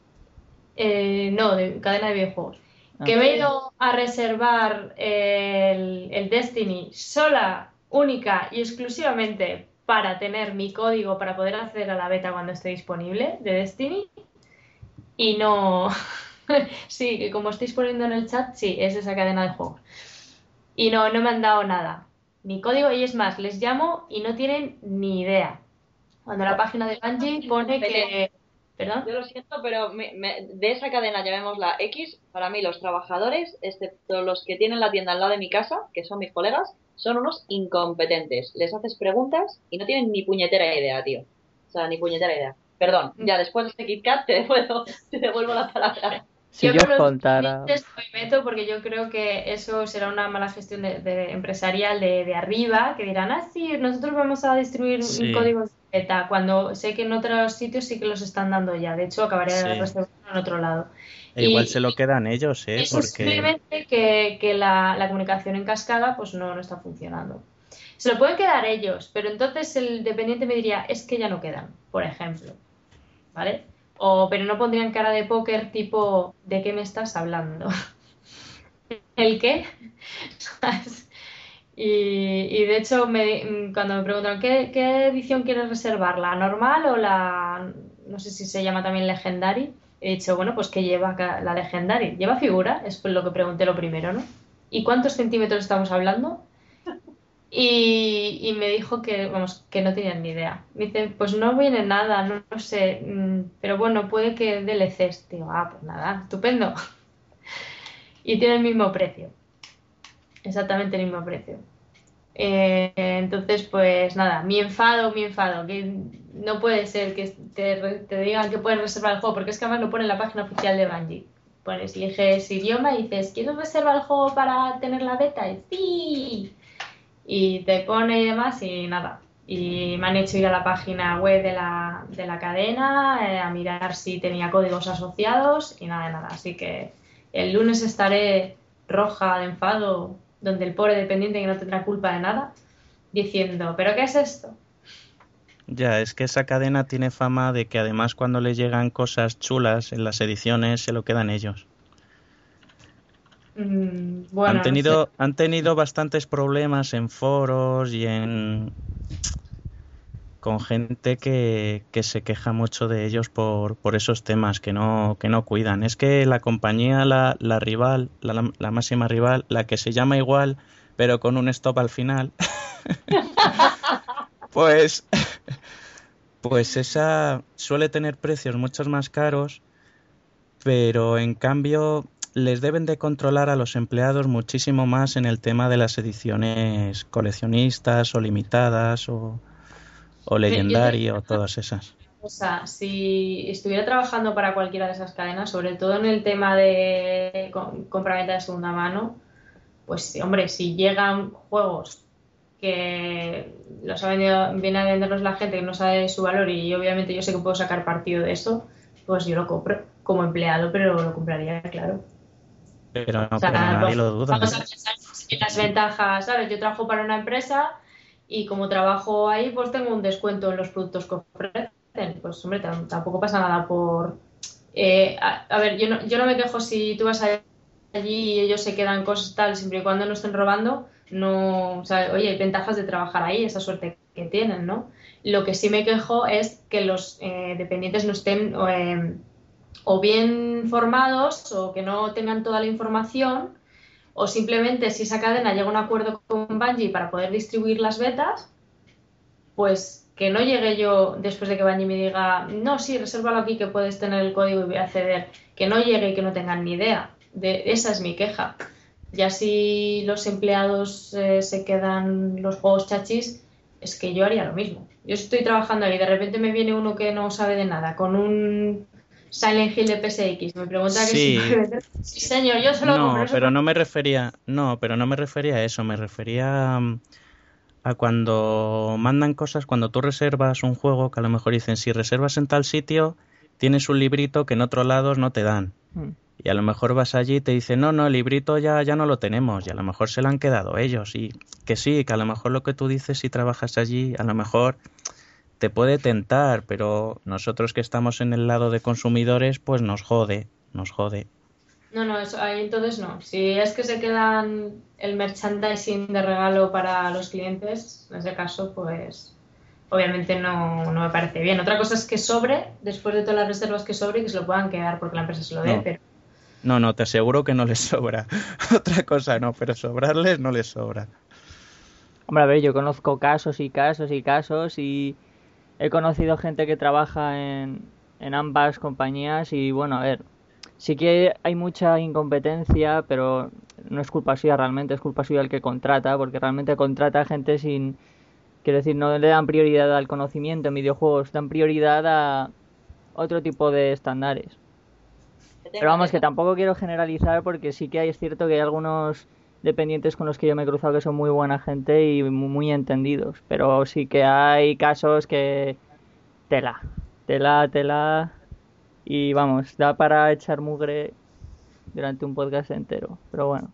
Speaker 2: Eh, no, de cadena de videojuegos.
Speaker 5: Ah.
Speaker 2: Que me he ido a reservar el, el Destiny sola, única y exclusivamente para tener mi código para poder acceder a la beta cuando esté disponible de Destiny. Y no. Sí, que como estáis poniendo en el chat, sí, es esa cadena de juegos. Y no, no me han dado nada. Ni código, y es más, les llamo y no tienen ni idea. Cuando la página de Bungie pone que. ¿Perdón?
Speaker 3: Yo lo siento, pero me- me- de esa cadena, llamémosla X, para mí los trabajadores, excepto los que tienen la tienda al lado de mi casa, que son mis colegas, son unos incompetentes. Les haces preguntas y no tienen ni puñetera idea, tío. O sea, ni puñetera idea. Perdón, ya después de este Kit Kat te devuelvo, te devuelvo la palabra.
Speaker 5: Si yo
Speaker 2: por
Speaker 5: os
Speaker 2: los
Speaker 5: contara...
Speaker 2: clientes me meto porque yo creo que eso será una mala gestión de, de empresarial de, de arriba, que dirán, ah, sí, nosotros vamos a distribuir
Speaker 1: Sí.
Speaker 2: códigos de beta, cuando sé que en otros sitios sí que los están dando ya. De hecho, acabaré
Speaker 1: Sí.
Speaker 2: reservando en otro lado.
Speaker 1: E igual
Speaker 2: Y-
Speaker 1: se lo quedan ellos, ¿eh?
Speaker 2: Eso es
Speaker 1: Porque
Speaker 2: simplemente que, que la, la comunicación en cascada pues no, no está funcionando. Se lo pueden quedar ellos, pero entonces el dependiente me diría, es que ya no quedan, por ejemplo. ¿Vale? O, pero no pondrían cara de póker tipo, ¿de qué me estás hablando? ¿El qué? ¿Sabes? Y, y de hecho, me, cuando me preguntan, ¿qué, qué edición quieres reservar? ¿La normal o la, no sé si se llama también Legendary? He dicho, bueno, pues que lleva acá la Legendary. ¿Lleva figura? Es pues lo que pregunté lo primero, ¿no? ¿Y cuántos centímetros estamos hablando? Y, y me dijo que, vamos, que no tenían ni idea. Me dice, pues no viene nada, no, no sé, mm, pero bueno, puede que D L Cs. Digo, ah, pues nada, estupendo. Y tiene el mismo precio. Exactamente el mismo precio. Eh, entonces, pues nada, mi enfado, mi enfado, que no puede ser que te, te digan que puedes reservar el juego, porque es que además lo pone en la página oficial de Bungie. Pones, eliges idioma y dices, ¿quieres reservar el juego para tener la beta? Y sí. Y te pone y demás y nada. Y me han hecho ir a la página web de la, de la cadena eh, a mirar si tenía códigos asociados y nada de nada. Así que el lunes estaré roja de enfado, donde el pobre dependiente que no tendrá culpa de nada, diciendo, ¿pero qué es esto?
Speaker 1: ya, es que esa cadena tiene fama de que además cuando le llegan cosas chulas en las ediciones se lo quedan ellos.
Speaker 2: Mm, bueno,
Speaker 1: han
Speaker 2: no
Speaker 1: tenido,
Speaker 2: sé.
Speaker 1: han tenido bastantes problemas en foros y en con gente que, que se queja mucho de ellos por, por esos temas que no, que no cuidan. Es que la compañía, la, la rival, la, la máxima rival, la que se llama igual, pero con un stop al final, pues, pues esa suele tener precios muchos más caros, pero en cambio les deben de controlar a los empleados muchísimo más en el tema de las ediciones coleccionistas o limitadas o, o Legendary o todas esas.
Speaker 2: O sea, si estuviera trabajando para cualquiera de esas cadenas, sobre todo en el tema de com- compra-venta de segunda mano, pues sí, hombre, si llegan juegos que los ha vendido, viene a venderlos la gente que no sabe su valor y obviamente yo sé que puedo sacar partido de eso, pues yo lo compro como empleado, pero lo compraría, claro.
Speaker 1: Pero, no,
Speaker 2: O sea,
Speaker 1: pero nadie lo duda.
Speaker 2: vamos a pensar en las ventajas, ¿sabes? Yo trabajo para una empresa y como trabajo ahí, pues tengo un descuento en los productos que ofrecen. Pues hombre, tam- tampoco pasa nada por... eh, a, a ver, yo no, yo no me quejo si tú vas allí y ellos se quedan cosas tal, siempre y cuando no estén robando, no... O sea, oye, hay ventajas de trabajar ahí, esa suerte que tienen, ¿no? Lo que sí me quejo es que los eh, dependientes no estén... eh, o bien formados o que no tengan toda la información o simplemente si esa cadena llega a un acuerdo con Bungie para poder distribuir las betas, pues que no llegue yo después de que Bungie me diga no, sí, resérvalo aquí que puedes tener el código y voy a acceder, que no llegue y que no tengan ni idea. De, esa es mi queja. Ya si los empleados eh, se quedan los juegos chachis, es que yo haría lo mismo. Yo estoy trabajando ahí y de repente me viene uno que no sabe de nada con un Silent Hill de P S X. Me pregunta que
Speaker 1: Sí.
Speaker 2: si puede meter. Sí, señor, yo se lo compro.
Speaker 1: No,
Speaker 2: eso
Speaker 1: pero
Speaker 2: por-
Speaker 1: no me refería, no, pero no me refería a eso, me refería mm, a cuando mandan cosas, cuando tú reservas un juego, que a lo mejor dicen, si reservas en tal sitio, tienes un librito que en otros lados no te dan.
Speaker 5: Mm.
Speaker 1: Y a lo mejor vas allí y te dicen, no, no, el librito ya, ya no lo tenemos. Y a lo mejor se lo han quedado ellos. Y que sí, que a lo mejor lo que tú dices si trabajas allí, a lo mejor te puede tentar, pero nosotros que estamos en el lado de consumidores, pues nos jode, nos jode.
Speaker 2: No, no, eso, ahí entonces no. Si es que se quedan el merchandising de regalo para los clientes, en ese caso, pues obviamente no, no me parece bien. Otra cosa es que sobre, después de todas las reservas que sobre, y que se lo puedan quedar porque la empresa se lo dé,
Speaker 1: No.
Speaker 2: pero
Speaker 1: No, no, te aseguro que no les sobra. Otra cosa no, pero sobrarles no les sobra.
Speaker 5: Hombre, a ver, yo conozco casos y casos y casos y he conocido gente que trabaja en, en ambas compañías y bueno, a ver, sí que hay mucha incompetencia, pero no es culpa suya realmente, es culpa suya el que contrata, porque realmente contrata gente sin, quiero decir, no le dan prioridad al conocimiento en videojuegos, dan prioridad a otro tipo de estándares. Pero vamos, que tampoco quiero generalizar porque sí que hay, es cierto que hay algunos dependientes con los que yo me he cruzado que son muy buena gente y muy, muy entendidos. Pero sí que hay casos que tela, tela, tela y vamos, da para echar mugre durante un podcast entero. Pero bueno,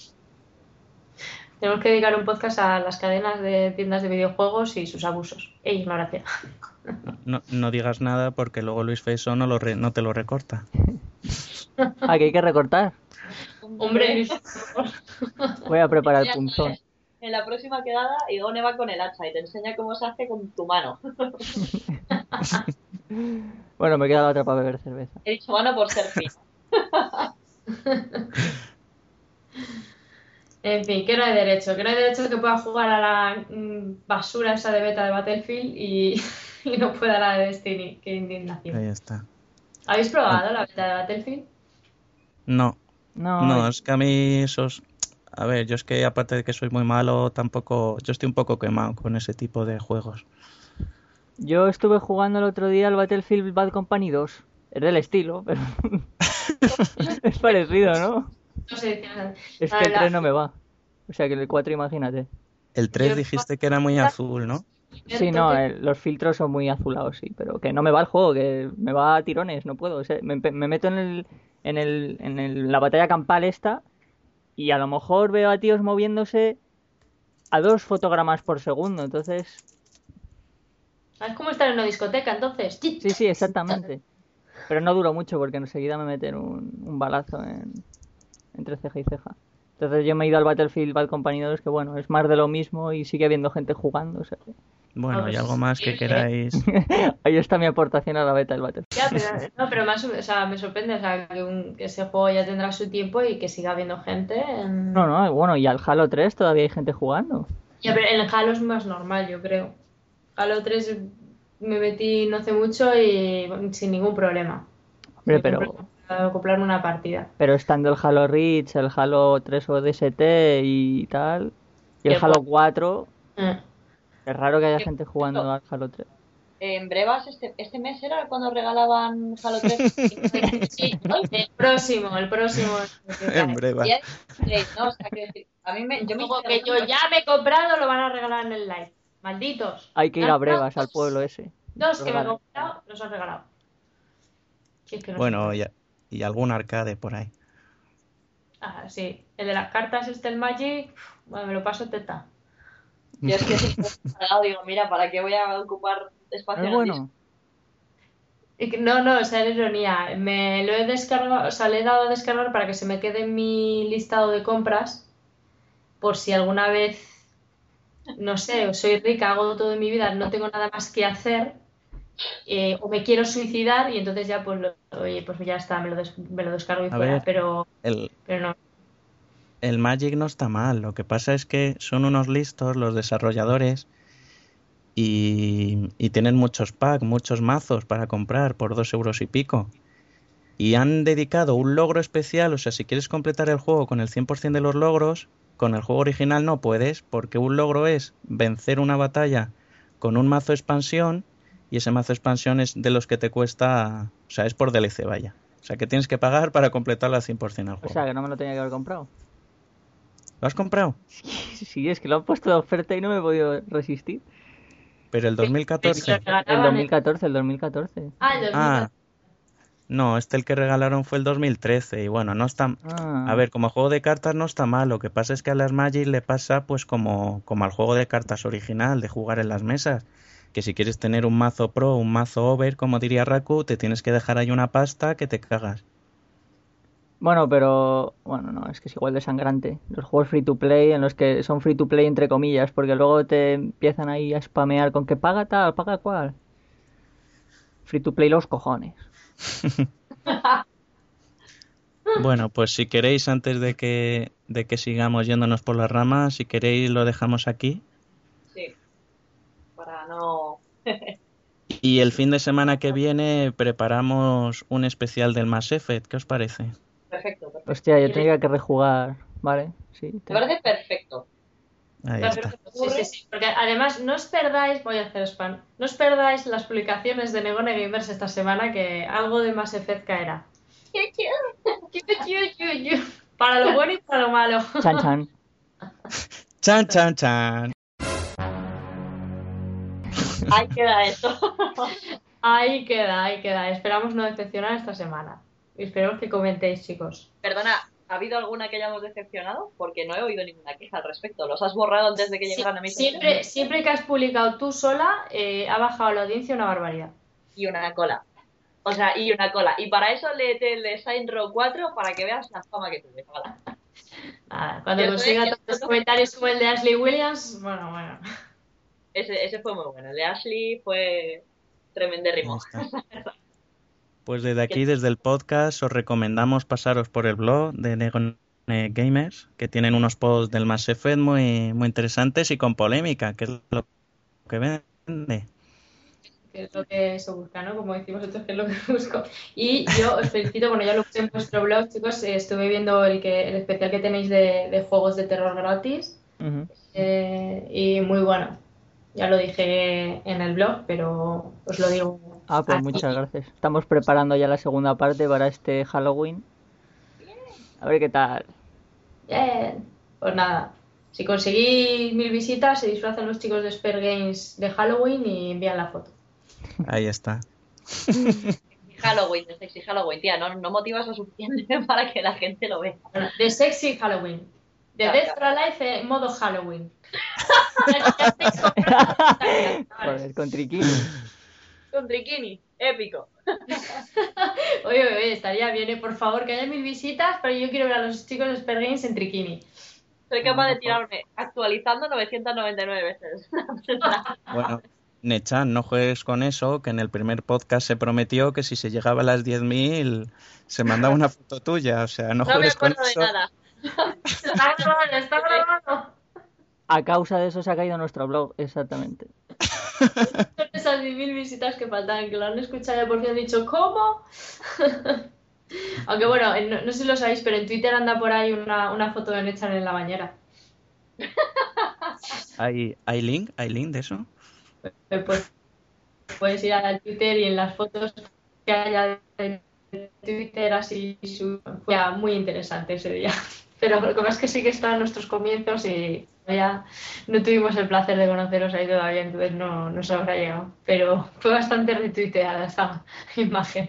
Speaker 2: tenemos que dedicar un podcast a las cadenas de tiendas de videojuegos y sus abusos e ignorancia.
Speaker 1: No, no digas nada porque luego Luis Feiso no, lo re- no te lo recorta.
Speaker 5: ah, que hay que recortar.
Speaker 2: Hombre, Luis,
Speaker 5: Voy a preparar
Speaker 3: Ya
Speaker 5: punzón.
Speaker 3: sabes, en la próxima quedada, Igone va con el hacha y te enseña cómo se hace con tu mano.
Speaker 5: Bueno, me queda la otra para beber cerveza.
Speaker 3: He dicho mano por ser fino.
Speaker 2: en fin, que no hay derecho, que no hay derecho que pueda jugar a la mm, basura esa de beta de Battlefield y, y no pueda la de Destiny. Qué indignación.
Speaker 1: Ahí está.
Speaker 2: ¿Habéis probado la beta de Battlefield?
Speaker 1: No,
Speaker 5: No,
Speaker 1: no, es que a mí esos... A ver, yo es que aparte de que soy muy malo, tampoco... Yo estoy un poco quemado con ese tipo de juegos.
Speaker 5: yo estuve jugando el otro día al Battlefield Bad Company dos. Es del estilo, pero es parecido, ¿no?
Speaker 2: No sé, decía-
Speaker 5: Es
Speaker 2: Ah,
Speaker 5: que el
Speaker 2: la-
Speaker 5: tres no me va. O sea que el cuatro, imagínate.
Speaker 1: El tres
Speaker 2: Yo-
Speaker 1: dijiste que era muy azul, ¿no?
Speaker 5: Sí, no, el- los filtros son muy azulados, sí, pero que no me va el juego, que me va a tirones, no puedo. O sea, me, me meto en el, en el, en el- la batalla campal esta y a lo mejor veo a tíos moviéndose a dos fotogramas por segundo, entonces...
Speaker 2: Es como estar en una discoteca, entonces.
Speaker 5: Sí, sí, exactamente. Pero no duró mucho porque enseguida me meten un, un balazo en, entre ceja y ceja. Entonces yo me he ido al Battlefield Bad Company dos, que bueno, es más de lo mismo y sigue habiendo gente jugando, o sea que...
Speaker 1: Bueno,
Speaker 2: Ah,
Speaker 1: ¿y
Speaker 2: pues
Speaker 1: algo más
Speaker 2: sí,
Speaker 1: que
Speaker 2: sí.
Speaker 1: queráis?
Speaker 5: Ahí está mi aportación a la beta del Battlefield.
Speaker 2: Ya, pero, no, pero más, o sea, me sorprende, o sea, que, un- que ese juego ya tendrá su tiempo y que siga habiendo gente. En...
Speaker 5: No, no, bueno, y al Halo tres todavía hay gente jugando.
Speaker 2: Ya, pero en Halo es más normal, yo creo. Halo tres me metí no hace mucho y sin ningún problema.
Speaker 5: Hombre,
Speaker 2: Me
Speaker 5: pero,
Speaker 2: compré- a comprarme una partida.
Speaker 5: pero estando el Halo Reach, el Halo tres O D S T y tal, y el
Speaker 2: El
Speaker 5: Halo
Speaker 2: cuatro.
Speaker 5: cuatro,
Speaker 2: Eh.
Speaker 5: es raro que haya
Speaker 3: Eh,
Speaker 5: gente jugando al Halo tres.
Speaker 3: En Brevas, este, este mes era cuando regalaban Halo tres.
Speaker 2: Sí, el próximo, el próximo.
Speaker 1: En breve.
Speaker 3: Día dieciséis, ¿no? O sea, quiero decir, A mí me, yo me
Speaker 2: Luego
Speaker 3: hice
Speaker 2: que yo
Speaker 3: algunos-
Speaker 2: ya me he comprado lo van a regalar en el live. Malditos.
Speaker 5: Hay que ir a Brevas, al pueblo ese.
Speaker 2: Dos que me he
Speaker 5: Regalo.
Speaker 2: comprado, los han regalado. Si es que no
Speaker 1: Bueno,
Speaker 2: sé.
Speaker 1: y, y algún arcade por ahí.
Speaker 2: Ah, sí. El de las cartas, este, el Magic, bueno, me lo paso teta.
Speaker 3: Yo es que sí, digo, mira, ¿para qué voy a ocupar espacio
Speaker 5: Es
Speaker 3: en el disco?
Speaker 5: bueno.
Speaker 2: Y que- No, no, o sea, es ironía. Me lo he descargado, o sea, le he dado a descargar para que se me quede en mi listado de compras. Por si alguna vez, no sé, soy rica, hago todo en mi vida, no tengo nada más que hacer. eh, o me quiero suicidar y entonces ya, pues, lo- oye, pues ya está, me lo, des- me lo descargo y
Speaker 1: A
Speaker 2: fuera.
Speaker 1: ver,
Speaker 2: Pero,
Speaker 1: el,
Speaker 2: pero no.
Speaker 1: el Magic no está mal. Lo que pasa es que son unos listos los desarrolladores y, y tienen muchos packs, muchos mazos para comprar por dos euros y pico. Y han dedicado un logro especial, o sea, si quieres completar el juego con el cien por ciento de los logros, con el juego original no puedes, porque un logro es vencer una batalla con un mazo expansión, y ese mazo expansión es de los que te cuesta, o sea, es por D L C, vaya. O sea, que tienes que pagar para completarlo al cien por ciento al
Speaker 5: O
Speaker 1: juego.
Speaker 5: sea, que no me lo tenía que haber comprado.
Speaker 1: ¿Lo has comprado?
Speaker 5: Sí, es que lo han puesto de oferta y no me he podido resistir.
Speaker 1: Pero el dos mil catorce.
Speaker 2: Lo regalaban
Speaker 5: El
Speaker 2: en-
Speaker 5: dos mil catorce, el dos mil catorce.
Speaker 2: Ah, el dos mil
Speaker 1: Ah, no, este el que regalaron fue el dos mil trece y bueno, no está...
Speaker 5: Ah.
Speaker 1: A ver, como juego de cartas no está mal, lo que pasa es que a las Magic le pasa pues como, como al juego de cartas original, de jugar en las mesas, que si quieres tener un mazo pro, un mazo over, como diría Raku, te tienes que dejar ahí una pasta que te cagas.
Speaker 5: Bueno, pero... Bueno, no, es que es igual de sangrante. Los juegos free to play, en los que son free to play entre comillas, porque luego te empiezan ahí a spamear con que paga tal, paga cual. Free to play los cojones.
Speaker 1: Bueno, pues si queréis, antes de que, de que sigamos yéndonos por las ramas, si queréis lo dejamos aquí.
Speaker 3: Sí. Para no...
Speaker 1: Y el fin de semana que viene preparamos un especial del Mass Effect, ¿qué os parece?
Speaker 3: Perfecto, perfecto.
Speaker 5: Hostia, yo tendría que rejugar. Vale, sí.
Speaker 3: Me
Speaker 5: te-
Speaker 3: parece perfecto.
Speaker 1: Ahí
Speaker 2: Claro,
Speaker 1: está.
Speaker 2: Sí, sí, sí. Porque además no os perdáis, voy a hacer spam, no os perdáis las publicaciones de Negone Gamers esta semana, que algo de Mass Effect caerá. Para lo bueno y para lo malo.
Speaker 5: Chan chan.
Speaker 1: Chan, chan, chan.
Speaker 3: Ahí queda eso.
Speaker 2: Ahí queda, ahí queda. Esperamos no decepcionar esta semana. Y esperemos que comentéis, chicos.
Speaker 3: Perdona, ¿ha habido alguna que hayamos decepcionado? Porque no he oído ninguna queja al respecto. ¿Los has borrado antes de que
Speaker 2: Sí,
Speaker 3: llegaran a mi
Speaker 2: siempre, siempre que has publicado tú sola, eh, ha bajado la audiencia una barbaridad.
Speaker 3: Y una cola. O sea, y una cola. Y para eso léete el de Saints Row cuatro para que veas la fama que tuve. Hola.
Speaker 2: Nada, cuando
Speaker 3: Yo
Speaker 2: consiga
Speaker 3: sé que-
Speaker 2: tantos comentarios como el de Ashley Williams, bueno, bueno.
Speaker 3: Ese, ese fue muy bueno. El de Ashley fue tremendérrimo.
Speaker 1: Ahí está. Pues desde aquí, desde el podcast, os recomendamos pasaros por el blog de Negone Gamers, que tienen unos posts del Mass Effect muy, muy interesantes y con polémica, que es lo que vende.
Speaker 2: Que es lo que se busca, ¿no? Como decimos nosotros, que es lo que busco. Y yo os felicito, bueno, ya lo puse en vuestro blog, chicos, eh, estuve viendo el que el especial que tenéis de, de juegos de terror gratis,
Speaker 5: Ujú.
Speaker 2: eh, y muy bueno. Ya lo dije en el blog, pero os lo digo.
Speaker 5: Ah, pues
Speaker 2: aquí.
Speaker 5: muchas gracias. Estamos preparando ya la segunda parte para este Halloween. A ver qué tal.
Speaker 2: Bien. Pues nada, si conseguís mil visitas, se disfrazan los chicos de Spare Games de Halloween y envían la foto.
Speaker 1: Ahí está.
Speaker 3: Halloween, de Sexy Halloween, tía. No, no motivas lo suficiente para que la gente lo vea.
Speaker 2: Bueno, de Sexy Halloween. De
Speaker 3: Ya,
Speaker 2: Death
Speaker 3: ya.
Speaker 2: for Alive en modo Halloween.
Speaker 5: Joder, con triquini.
Speaker 3: Con Trikini, épico.
Speaker 2: Oye, oye, oye, estaría bien, ¿eh? Por favor, que haya mil visitas, pero yo quiero ver a los chicos de Spare Games en Trikini.
Speaker 3: Soy capaz de tirarme actualizando novecientos noventa y nueve veces.
Speaker 1: Bueno, Nechan, no juegues con eso, que en el primer podcast se prometió que si se llegaba a las diez mil se mandaba una foto tuya, o sea, no,
Speaker 3: No me
Speaker 1: juegues con
Speaker 3: acuerdo de
Speaker 1: eso.
Speaker 3: nada.
Speaker 2: Está grabando, está grabando.
Speaker 5: A causa de eso se ha caído nuestro blog, exactamente.
Speaker 2: Son esas mil visitas que faltan, que lo han escuchado y por fin han dicho, ¿cómo? Aunque bueno, no, no sé si lo sabéis, pero en Twitter anda por ahí una, una foto de Nechan en la bañera.
Speaker 1: ¿Hay, hay link? ¿Hay link de eso?
Speaker 2: Eh, Pues puedes ir al Twitter y en las fotos que haya de Twitter así su- fue ya muy interesante ese día. Pero lo que pasa es que sí que estaban nuestros comienzos y ya no tuvimos el placer de conoceros ahí todavía, entonces no, no se habrá llegado. Pero fue bastante retuiteada esa imagen.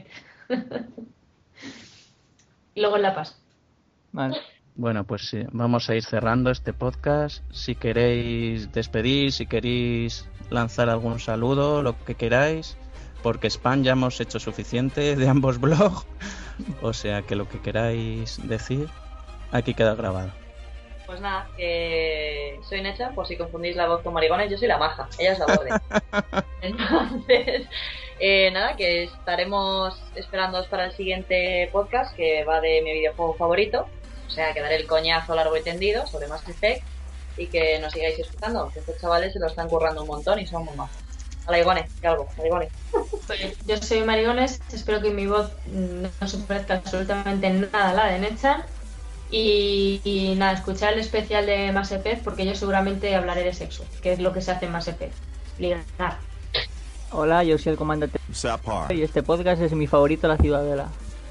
Speaker 2: Y luego en La Paz.
Speaker 5: Vale.
Speaker 1: Bueno, pues sí, vamos a ir cerrando este podcast. Si queréis despedir, si queréis lanzar algún saludo, lo que queráis, porque spam ya hemos hecho suficiente de ambos blogs. O sea que lo que queráis decir, aquí queda grabado.
Speaker 3: Pues nada, que soy Necha, por si confundís la voz con Marigones, yo soy la maja, ella es la borde. Entonces, eh, nada, que estaremos esperándoos para el siguiente podcast, que va de mi videojuego favorito. O sea, que daré el coñazo largo y tendido sobre Mass Effect y que nos sigáis escuchando, que estos chavales se lo están currando un montón y son muy majos. Hola, Igone, que algo, Marigones.
Speaker 2: Yo soy Marigones, espero que mi voz no se parezca absolutamente nada a la de Necha. Y, y nada, escuchar el especial de Mass Effect porque yo seguramente hablaré de sexo, que es lo que se hace en Mass Effect. Ligar.
Speaker 5: Hola, yo soy el comandante
Speaker 7: Sapar.
Speaker 5: y este podcast es mi favorito, La Ciudadela.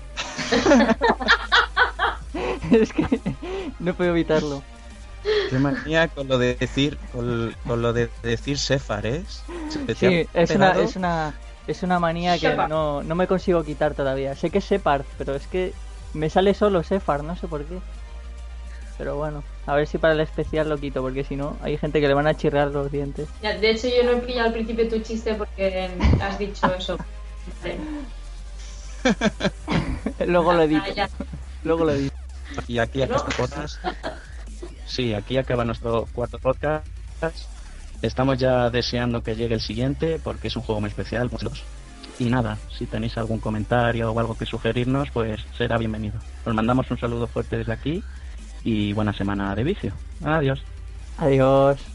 Speaker 5: Es que no puedo evitarlo.
Speaker 1: Qué manía con lo de decir, con, con lo de decir Sefar, ¿eh? Se te
Speaker 5: Sí,
Speaker 1: ha
Speaker 5: es una,
Speaker 1: pegado.
Speaker 5: es una es una manía que
Speaker 2: Shepard.
Speaker 5: no, no me consigo quitar todavía. Sé que es Shepard, pero es que me sale solo Shepard, no sé por qué. Pero bueno, a ver si para el especial lo quito, porque si no, hay gente que le van a chirrar los dientes.
Speaker 2: Ya, de hecho, yo no he pillado al principio tu chiste porque has dicho eso. Vale.
Speaker 5: Luego lo edito.
Speaker 2: Ah, ya.
Speaker 5: Luego lo edito.
Speaker 1: Y aquí acaba
Speaker 2: ¿No?
Speaker 1: este podcast. Sí, aquí acaba nuestro cuarto podcast. Estamos ya deseando que llegue el siguiente porque es un juego muy especial. Y nada, si tenéis algún comentario o algo que sugerirnos, pues será bienvenido. Os mandamos un saludo fuerte desde aquí y buena semana de vicio. Adiós.
Speaker 5: Adiós.